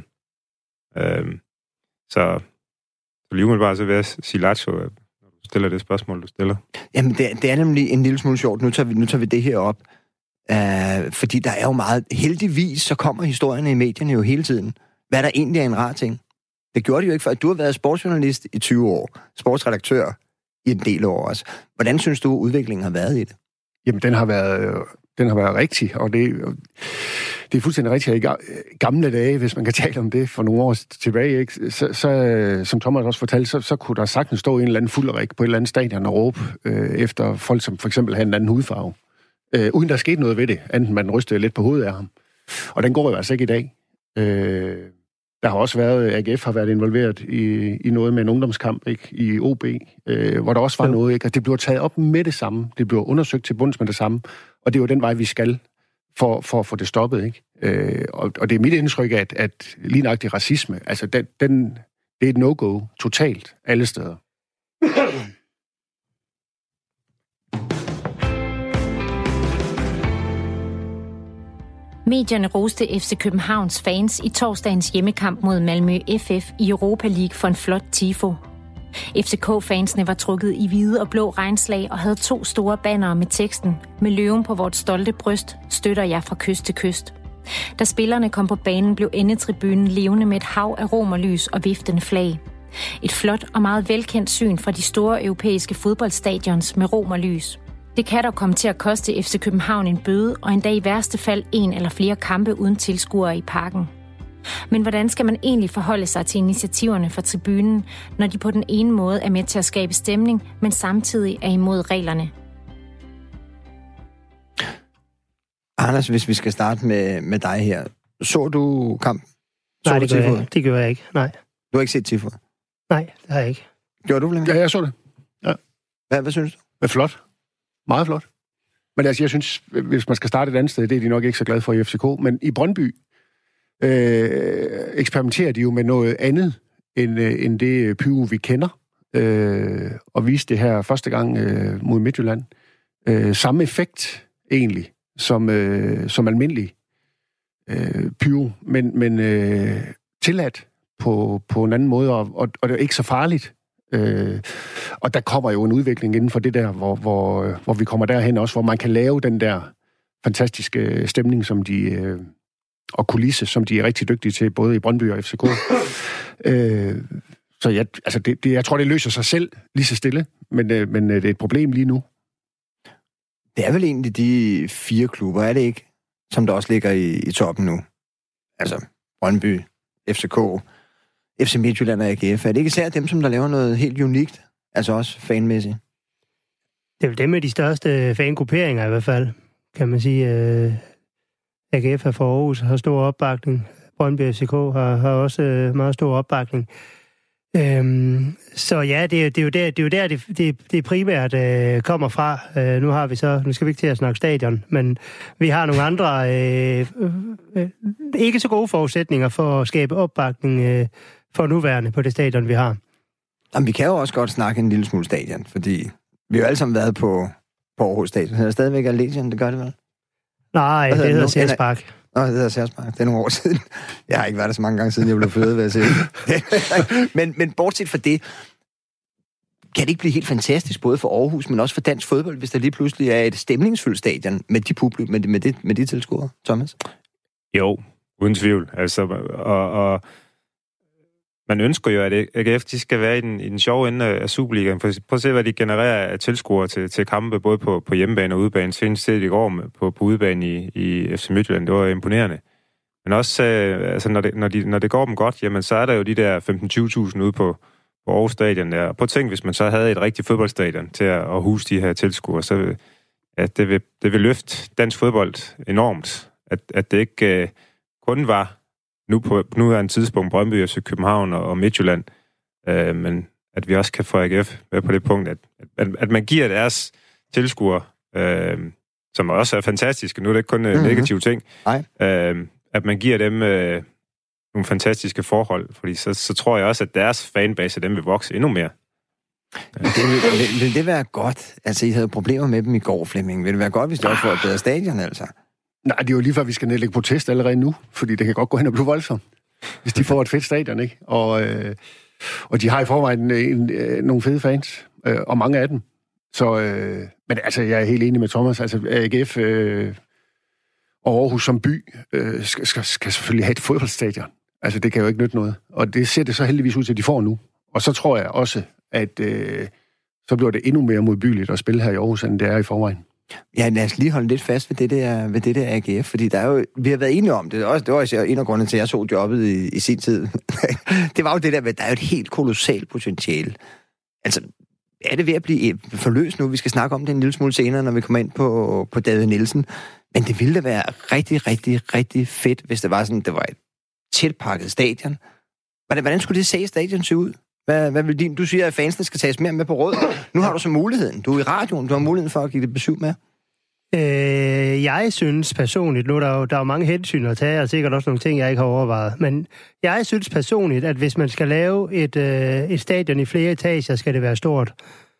Speaker 2: Så lige umiddelbart så vil jeg sige Lazio, når du stiller det spørgsmål, du stiller.
Speaker 1: Jamen, det er nemlig en lille smule sjovt. Nu tager vi det her op. Fordi der er jo meget... Heldigvis, så kommer historierne i medierne jo hele tiden. Hvad der egentlig er en rar ting. Det gjorde det jo ikke før. Du har været sportsjournalist i 20 år. Sportsredaktør i en del år også. Hvordan synes du, udviklingen har været i det?
Speaker 3: Jamen, den har været rigtig, og det er fuldstændig rigtigt. I gamle dage, hvis man kan tale om det for nogle år tilbage, ikke? Så som Thomas også fortalte, så kunne der sagtens stå en eller anden fulderik på et eller andet stadion og råbe efter folk, som for eksempel havde en anden hudfarve. Uden der skete noget ved det, enten man rystede lidt på hovedet af ham. Og den går jo altså ikke i dag. Der har også været, AGF har været involveret i noget med en ungdomskamp, ikke? I OB, hvor der også var noget, ikke? Og det bliver taget op med det samme. Det bliver undersøgt til bunds med det samme. Og det er jo den vej, vi skal for at få det stoppet, ikke? Og det er mit indtryk, at lige nøjagtig racisme, altså det er et no-go totalt alle steder.
Speaker 5: Medierne roste FC Københavns fans i torsdagens hjemmekamp mod Malmö FF i Europa League for en flot tifo. FCK-fansene var trukket i hvide og blå regnslag og havde 2 store bannere med teksten "Med løven på vort stolte bryst støtter jeg fra kyst til kyst". Da spillerne kom på banen, blev endetribunen levende med et hav af romerlys og viftende flag. Et flot og meget velkendt syn fra de store europæiske fodboldstadions med romerlys. Det kan dog komme til at koste FC København en bøde, og endda i værste fald 1 eller flere kampe uden tilskuere i parken. Men hvordan skal man egentlig forholde sig til initiativerne fra tribunen, når de på den ene måde er med til at skabe stemning, men samtidig er imod reglerne?
Speaker 1: Anders, hvis vi skal starte med dig her. Så du kamp?
Speaker 4: Nej, det gør jeg ikke. Nej.
Speaker 1: Du har ikke set tifo?
Speaker 4: Nej, det har jeg ikke.
Speaker 1: Gjorde du, Flemming?
Speaker 3: Ja, jeg så det. Ja.
Speaker 1: Hvad synes du?
Speaker 3: Det er flot. Meget flot. Men altså, jeg synes, hvis man skal starte et andet sted, det er de nok ikke så glade for i FCK, men i Brøndby eksperimenterer de jo med noget andet, end det pyro, vi kender, og viste det her første gang mod Midtjylland. Samme effekt, egentlig, som almindelig pyro, men tilladt på en anden måde, og det er ikke så farligt. Og der kommer jo en udvikling inden for det der, hvor vi kommer derhen også, hvor man kan lave den der fantastiske stemning, som de og kulisse, som de er rigtig dygtige til, både i Brøndby og FCK. Så jeg tror, det løser sig selv lige så stille, men det er et problem lige nu.
Speaker 1: Det er vel egentlig de 4 klubber, er det ikke? Som der også ligger i toppen nu. Altså Brøndby, FCK, FC Midtjylland og AGF. Er det ikke især dem, som der laver noget helt unikt? Altså også fanmæssigt?
Speaker 4: Det er vel dem med de største fangrupperinger i hvert fald, kan man sige. AGF er for Aarhus har stor opbakning. Brøndby FCK har også meget stor opbakning. Så ja, det er jo der det primært kommer fra. Nu skal vi ikke til at snakke stadion, men vi har nogle andre ikke så gode forudsætninger for at skabe opbakning for nuværende på det stadion, vi har.
Speaker 1: Jamen, vi kan jo også godt snakke en lille smule stadion, fordi vi har jo alle sammen været på Aarhus Stadion. Det hedder stadigvæk Allegiant, det gør det vel?
Speaker 4: Nej, det hedder Sears Park.
Speaker 1: Nå, det hedder Sears Park. Det er nogle år siden. Jeg har ikke været der så mange gange siden, jeg blev født, vil jeg sige. men bortset fra det, kan det ikke blive helt fantastisk, både for Aarhus, men også for dansk fodbold, hvis der lige pludselig er et stemningsfuldt stadion med de publikum, med de tilskuere, Thomas?
Speaker 2: Jo, uden tvivl. Altså, og man ønsker jo, at AGF de skal være i den sjove ende af Superligaen. Prøv at se, hvad de genererer af tilskuere til kampe, både på hjemmebane og udebane. Senest set i går på udebane i FC Midtjylland. Det var imponerende. Men også, altså, når det går dem godt, jamen, så er der jo de der 15-20.000 ude på Aarhus Stadion der. Prøv at tænke, hvis man så havde et rigtigt fodboldstadion til at huse de her tilskuere, så det vil løfte dansk fodbold enormt. At det ikke kun var nu er en tidspunkt Brøndby, FC København og Midtjylland, men at vi også kan få AGF med på det punkt, at man giver deres tilskuere, som også er fantastiske, nu er det ikke kun negative ting, at man giver dem nogle fantastiske forhold, fordi så tror jeg også, at deres fanbase, dem vil vokse endnu mere.
Speaker 1: Vil det være godt? Altså, I havde problemer med dem i går, Flemming. Vil det være godt, hvis de også får et bedre stadion, altså?
Speaker 3: Nej, det er jo lige før, vi skal nedlægge protest allerede nu, fordi det kan godt gå hen og blive voldsomt, hvis de får et fedt stadion, ikke? Og de har i forvejen nogle fede fans, og mange af dem. Så, men altså, jeg er helt enig med Thomas. Altså, AGF og Aarhus som by skal selvfølgelig have et fodboldstadion. Altså, det kan jo ikke nytte noget. Og det ser det så heldigvis ud til, at de får nu. Og så tror jeg også, at så bliver det endnu mere modbydeligt at spille her i Aarhus, end det er i forvejen.
Speaker 1: Ja, lad os lige holde lidt fast ved det der AGF, fordi der er jo, vi har været enige om det, det var også en af grundene til, at jeg så jobbet i sin tid. Det var jo det der med, at der er jo et helt kolossalt potentiale. Altså, er det ved at blive forløst nu? Vi skal snakke om det en lille smule senere, når vi kommer ind på David Nielsen. Men det ville da være rigtig, rigtig, rigtig fedt, hvis det var sådan, det var et tætpakket stadion. Hvordan skulle det stadion se ud? Hvad vil din? Du siger, at fansene skal tages mere med på råd. Nu har du så muligheden. Du er i radioen. Du har muligheden for at give det besøg med.
Speaker 4: Jeg synes personligt, nu er der er jo mange hensyn at tage, og sikkert også nogle ting, jeg ikke har overvejet, men jeg synes personligt, at hvis man skal lave et stadion i flere etager, skal det være stort.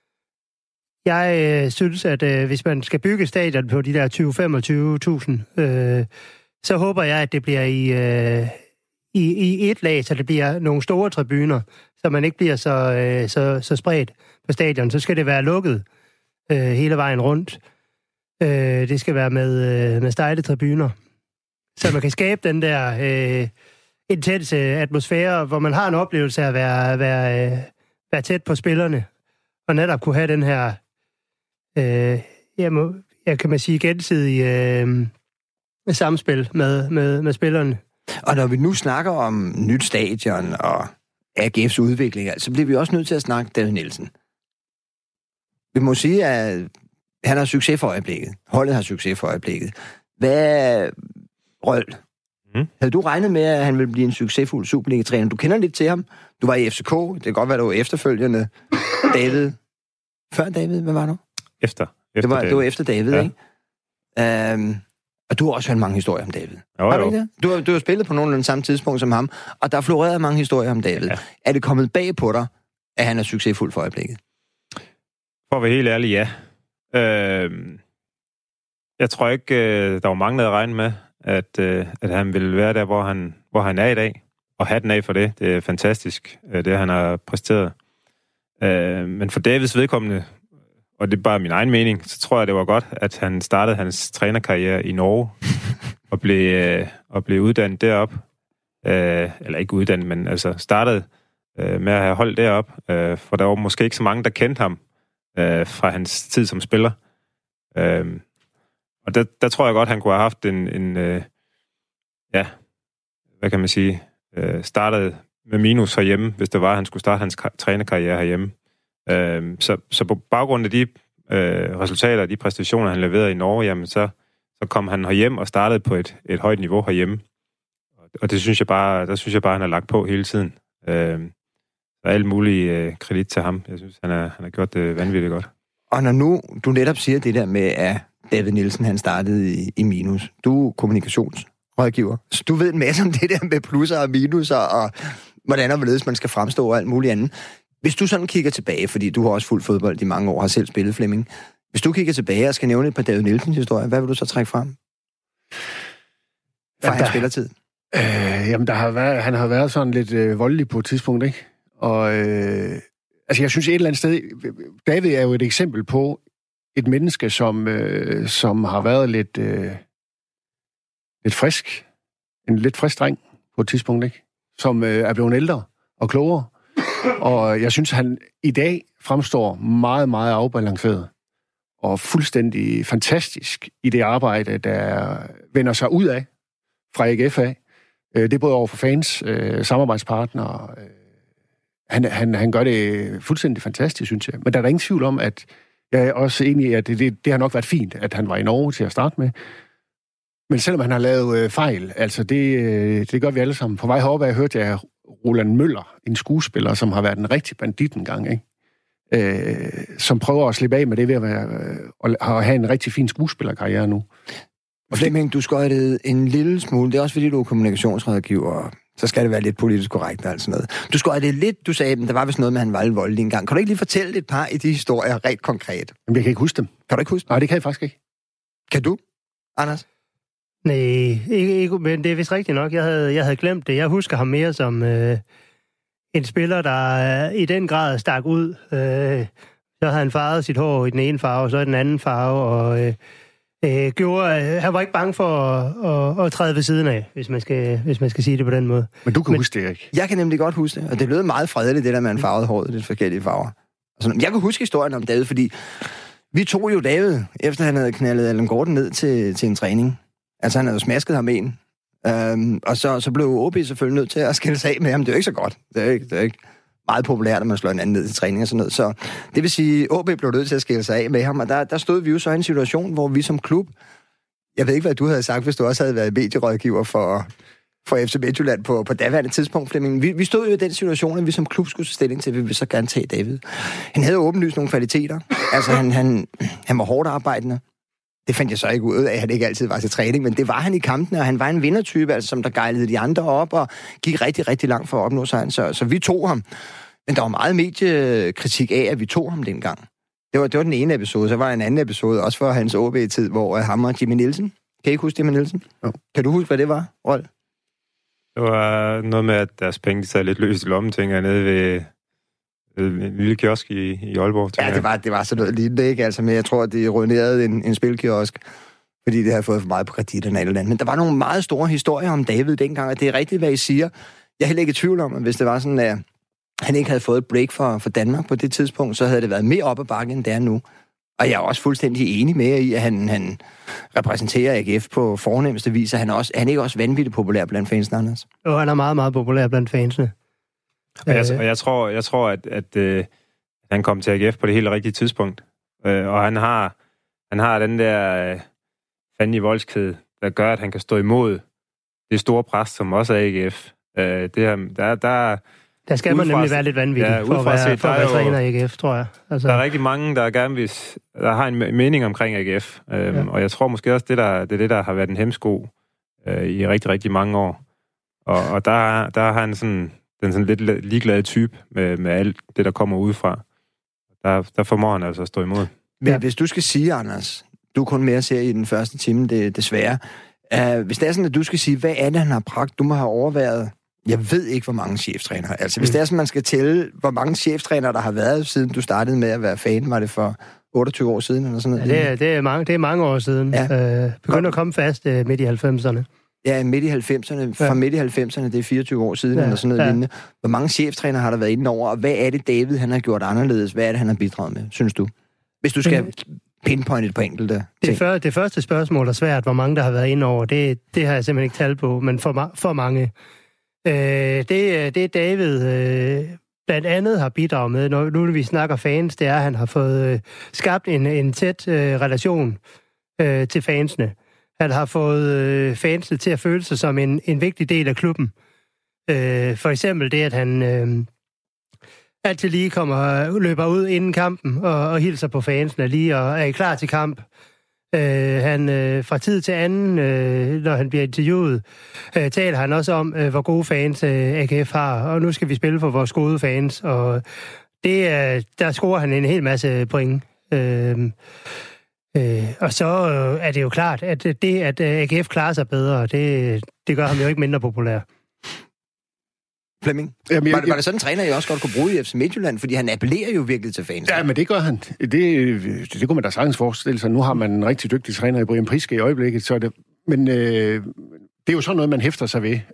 Speaker 4: Jeg synes, at hvis man skal bygge et stadion på de der 20-25.000, så håber jeg, at det bliver i et lag, så det bliver nogle store tribuner, så man ikke bliver så spredt på stadion. Så skal det være lukket hele vejen rundt. Det skal være med stejle tribuner, så man kan skabe den der intense atmosfære, hvor man har en oplevelse af at være tæt på spillerne, og netop kunne have den her, jeg kan man sige, gensidige samspil med spillerne.
Speaker 1: Og når vi nu snakker om nyt stadion og AGF's udvikling, så bliver vi også nødt til at snakke David Nielsen. Vi må sige, at han har succes for øjeblikket. Holdet har succes for øjeblikket. Hvad, Røld? Havde du regnet med, at han ville blive en succesfuld Superliga-træner? Du kender lidt til ham. Du var i FCK. Det kan godt være, du var efterfølgende. David. Før David, hvad var du?
Speaker 2: Efter
Speaker 1: det var
Speaker 2: David.
Speaker 1: Efter David, ja. Ikke? Og du har også hørt mange historier om David.
Speaker 2: Jo.
Speaker 1: Har du ikke det? Du har spillet på nogenlunde samme tidspunkt som ham, og der er floreret mange historier om David. Ja. Er det kommet bag på dig, at han er succesfuld for øjeblikket?
Speaker 2: For at være helt ærlig, ja. Jeg tror ikke, der var mange, der regnede med, at han ville være der, hvor han er i dag. Og hatten af for det. Det er fantastisk, det han har præsteret. Men for Davids vedkommende, og det er bare min egen mening, så tror jeg, det var godt, at han startede hans trænerkarriere i Norge og blev uddannet derop. Eller ikke uddannet, men altså startede med at have holdt derop. For der var måske ikke så mange, der kendte ham fra hans tid som spiller. Og der tror jeg godt, han kunne have haft en hvad kan man sige, startet med minus herhjemme, hvis det var, at han skulle starte hans trænerkarriere herhjemme. Så på baggrund af de resultater, de præstationer, han leverede i Norge, jamen så kom han herhjem og startede på et højt niveau herhjemme. Og det synes jeg bare, han har lagt på hele tiden. Der er alt muligt kredit til ham. Jeg synes, han har gjort det vanvittigt godt. Og
Speaker 1: når nu du netop siger det der med, at David Nielsen, han startede i minus. Du er kommunikationsrådgiver, så du ved en masse om det der med plusser og minuser, og hvordan og hvorledes man skal fremstå og alt muligt andet. Hvis du sådan kigger tilbage, fordi du har også fulgt fodbold i mange år, har selv spillet, Flemming. Hvis du kigger tilbage og skal nævne et par David Nielsens historie, hvad vil du så trække frem? Fra hans spillertid?
Speaker 3: Jamen, han har været sådan lidt voldelig på et tidspunkt, ikke? Og altså, jeg synes et eller andet sted, David er jo et eksempel på et menneske, som har været lidt frisk. En lidt frisk dreng på et tidspunkt, ikke? Som er blevet ældre og klogere. Og jeg synes, han i dag fremstår meget, meget afbalanceret og fuldstændig fantastisk i det arbejde, der vender sig ud af fra AGF af. Det er både over for fans, samarbejdspartnere. Han gør det fuldstændig fantastisk, synes jeg. Men der er ingen tvivl om, at jeg er også enig i, at det har nok været fint, at han var i Norge til at starte med. Men selvom han har lavet fejl, altså det gør vi alle sammen. På vej heroppe, jeg hørte jeg Roland Møller, en skuespiller, som har været en rigtig bandit en gang, ikke? Som prøver at slippe af med det ved at have en rigtig fin skuespillerkarriere nu.
Speaker 1: Flemming, du skøjtede en lille smule. Det er også fordi, du er kommunikationsrådgiver, så skal det være lidt politisk korrekt og alt sådan noget. Du skøjtede lidt, du sagde, at der var vist noget med, at han var voldelig en gang. Kan du ikke lige fortælle et par af de historier rent konkret?
Speaker 3: Jamen, jeg kan ikke huske dem.
Speaker 1: Kan du ikke huske dem?
Speaker 3: Nej, det kan jeg faktisk ikke.
Speaker 1: Kan du, Anders?
Speaker 4: Nej, ikke, men det er vist rigtigt nok. Jeg havde glemt det. Jeg husker ham mere som en spiller, der i den grad stak ud. Så havde han farvet sit hår i den ene farve, og så i den anden farve, og han var ikke bange for at træde ved siden af, hvis man skal sige det på den måde.
Speaker 3: Men du kan huske det, ikke?
Speaker 1: Jeg kan nemlig godt huske det, og det lød meget fredeligt, det der med en farvet håret, lidt forskellige farver. Jeg kan huske historien om David, fordi vi tog jo David, efter han havde knaldet Allan Gordon ned til en træning. Altså, han havde smasket ham en. Og så blev OB selvfølgelig nødt til at skille sig af med ham. Det er jo ikke så godt. Det er ikke meget populært, at man slår en anden ned til træning og sådan noget. Så det vil sige, at OB blev nødt til at skille sig af med ham. Og der stod vi jo så i en situation, hvor vi som klub... Jeg ved ikke, hvad du havde sagt, hvis du også havde været medierådgiver for FC Midtjylland på daværende tidspunkt, Flemming. Vi stod jo i den situation, at vi som klub skulle stilling til, at vi ville så gerne tage David. Han havde åbenlyst nogle kvaliteter. Altså, han var hårdt arbejdende. Det fandt jeg så ikke ud af, at han ikke altid var til træning, men det var han i kampene, og han var en vindertype, altså, som der gejlede de andre op og gik rigtig, rigtig langt for at opnå sejren. Så vi tog ham. Men der var meget mediekritik af, at vi tog ham dengang. Det var den ene episode. Så var der en anden episode, også for hans OB-tid, hvor ham og Jimmy Nielsen. Kan I ikke huske Jimmy Nielsen? Ja. Kan du huske, hvad det var, Rolf?
Speaker 2: Det var noget med, at deres penge sad lidt løst i lommen, tænker jeg, nede ved en lille kiosk i Aalborg.
Speaker 1: Ja, det var sådan noget lignende, ikke? Altså, men jeg tror, at de ruinerede en spilkiosk, fordi det havde fået for meget på kreditterne eller andet. Men der var nogle meget store historier om David dengang, og det er rigtigt, hvad I siger. Jeg er heller ikke i tvivl om, at hvis det var sådan, at han ikke havde fået et break for Danmark på det tidspunkt, så havde det været mere op ad bakken, end det er nu. Og jeg er også fuldstændig enig med jer i, at han repræsenterer AGF på fornemmeste vis, og han er ikke også vanvittigt populær blandt fansene, Anders?
Speaker 4: Jo, han er meget, meget populær blandt fansene.
Speaker 2: Og jeg tror, at han kom til AGF på det helt rigtige tidspunkt. Og han har den der fandme voldsked, der gør, at han kan stå imod det store pres, som også er AGF.
Speaker 4: Der skal man nemlig være lidt vanvittig for at være træner i AGF, tror jeg. Altså.
Speaker 2: Der er rigtig mange, der har en mening omkring AGF. Og jeg tror måske også, det er det, der har været en hemsko i rigtig, rigtig mange år. Og der har han sådan lidt ligeglade type med alt det, der kommer udefra. Der formår han altså at stå imod.
Speaker 1: Men hvis du skal sige, Anders, du er kun mere ser i den første time, desværre. Hvis det er sådan, at du skal sige, hvad er det, han har bragt? Du må have overværet, jeg ved ikke, hvor mange cheftrænere. Altså, hvis det er sådan, man skal tælle, hvor mange cheftrænere, der har været, siden du startede med at være fan, var det for 28 år siden, eller sådan noget?
Speaker 4: Ja, det er mange år siden. Ja. Begyndte at komme fast midt i 90'erne.
Speaker 1: Ja, midt i 90'erne. Fra midt i 90'erne, det er 24 år siden, eller sådan noget lignende. Hvor mange cheftræner har der været inde over, og hvad er det, David, han har gjort anderledes? Hvad er det, han har bidraget med, synes du? Hvis du skal pinpointe på enkelte ting.
Speaker 4: Det første spørgsmål er svært, hvor mange der har været inde over. Det har jeg simpelthen ikke tal på, men for mange. Det David blandt andet har bidraget med, nu vi snakker fans, det er, at han har fået skabt en tæt relation til fansene. Han har fået fansene til at føle sig som en vigtig del af klubben. For eksempel det, at han altid lige løber ud inden kampen og hilser på fansene lige og er klar til kamp. Han fra tid til anden, når han bliver interviewet, taler han også om, hvor gode fans AGF har, og nu skal vi spille for vores gode fans, og der scorer han en hel masse point. Og så er det jo klart, at det, at AGF klarer sig bedre, det gør ham jo ikke mindre populær.
Speaker 1: Flemming, var det sådan en træner, jeg også godt kunne bruge i FC Midtjylland? Fordi han appellerer jo virkelig til fans.
Speaker 3: Ja, men det gør han. Det kunne man da sagtens forestille sig. Nu har man en rigtig dygtig træner i Brian Priske i øjeblikket. Så det, men det er jo sådan noget, man hæfter sig ved,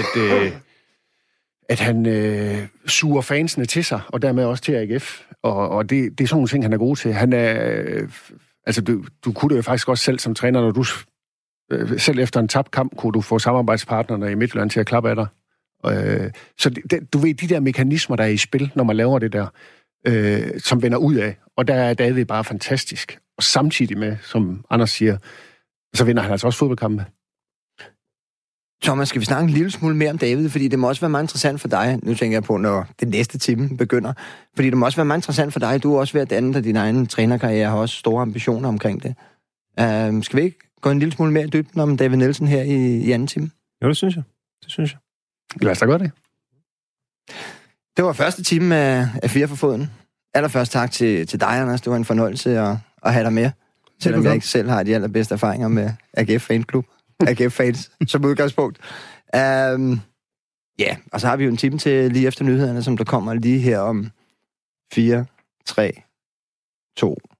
Speaker 3: at han suger fansene til sig, og dermed også til AGF. Og det er sådan nogle ting, han er god til. Han er... Altså, du kunne det jo faktisk også selv som træner, når du... selv efter en tabt kamp, kunne du få samarbejdspartnerne i Midtjylland til at klappe af dig. Så du ved, de der mekanismer, der er i spil, når man laver det der, som vender ud af, og der er David bare fantastisk. Og samtidig med, som Anders siger, så vinder han altså også fodboldkampe.
Speaker 1: Thomas, skal vi snakke en lille smule mere om David? Fordi det må også være meget interessant for dig. Nu tænker jeg på, når det næste time begynder. Fordi det må også være meget interessant for dig. Du er også ved at danne dig din egen trænerkarriere, har også store ambitioner omkring det. Skal vi ikke gå en lille smule mere i dybden om David Nielsen her i anden time?
Speaker 2: Jo, det synes jeg.
Speaker 3: Lad os da gøre det.
Speaker 1: Det var første time af Fire for Foden. Allerførst tak til dig, Anders. Det var en fornøjelse at have dig med. Selvom jeg ikke selv har de allerbedste erfaringer med AGF Fanklub. AGF-fans som udgangspunkt. Ja, og så har vi jo en time til lige efter nyhederne, som der kommer lige her om 4, 3, 2,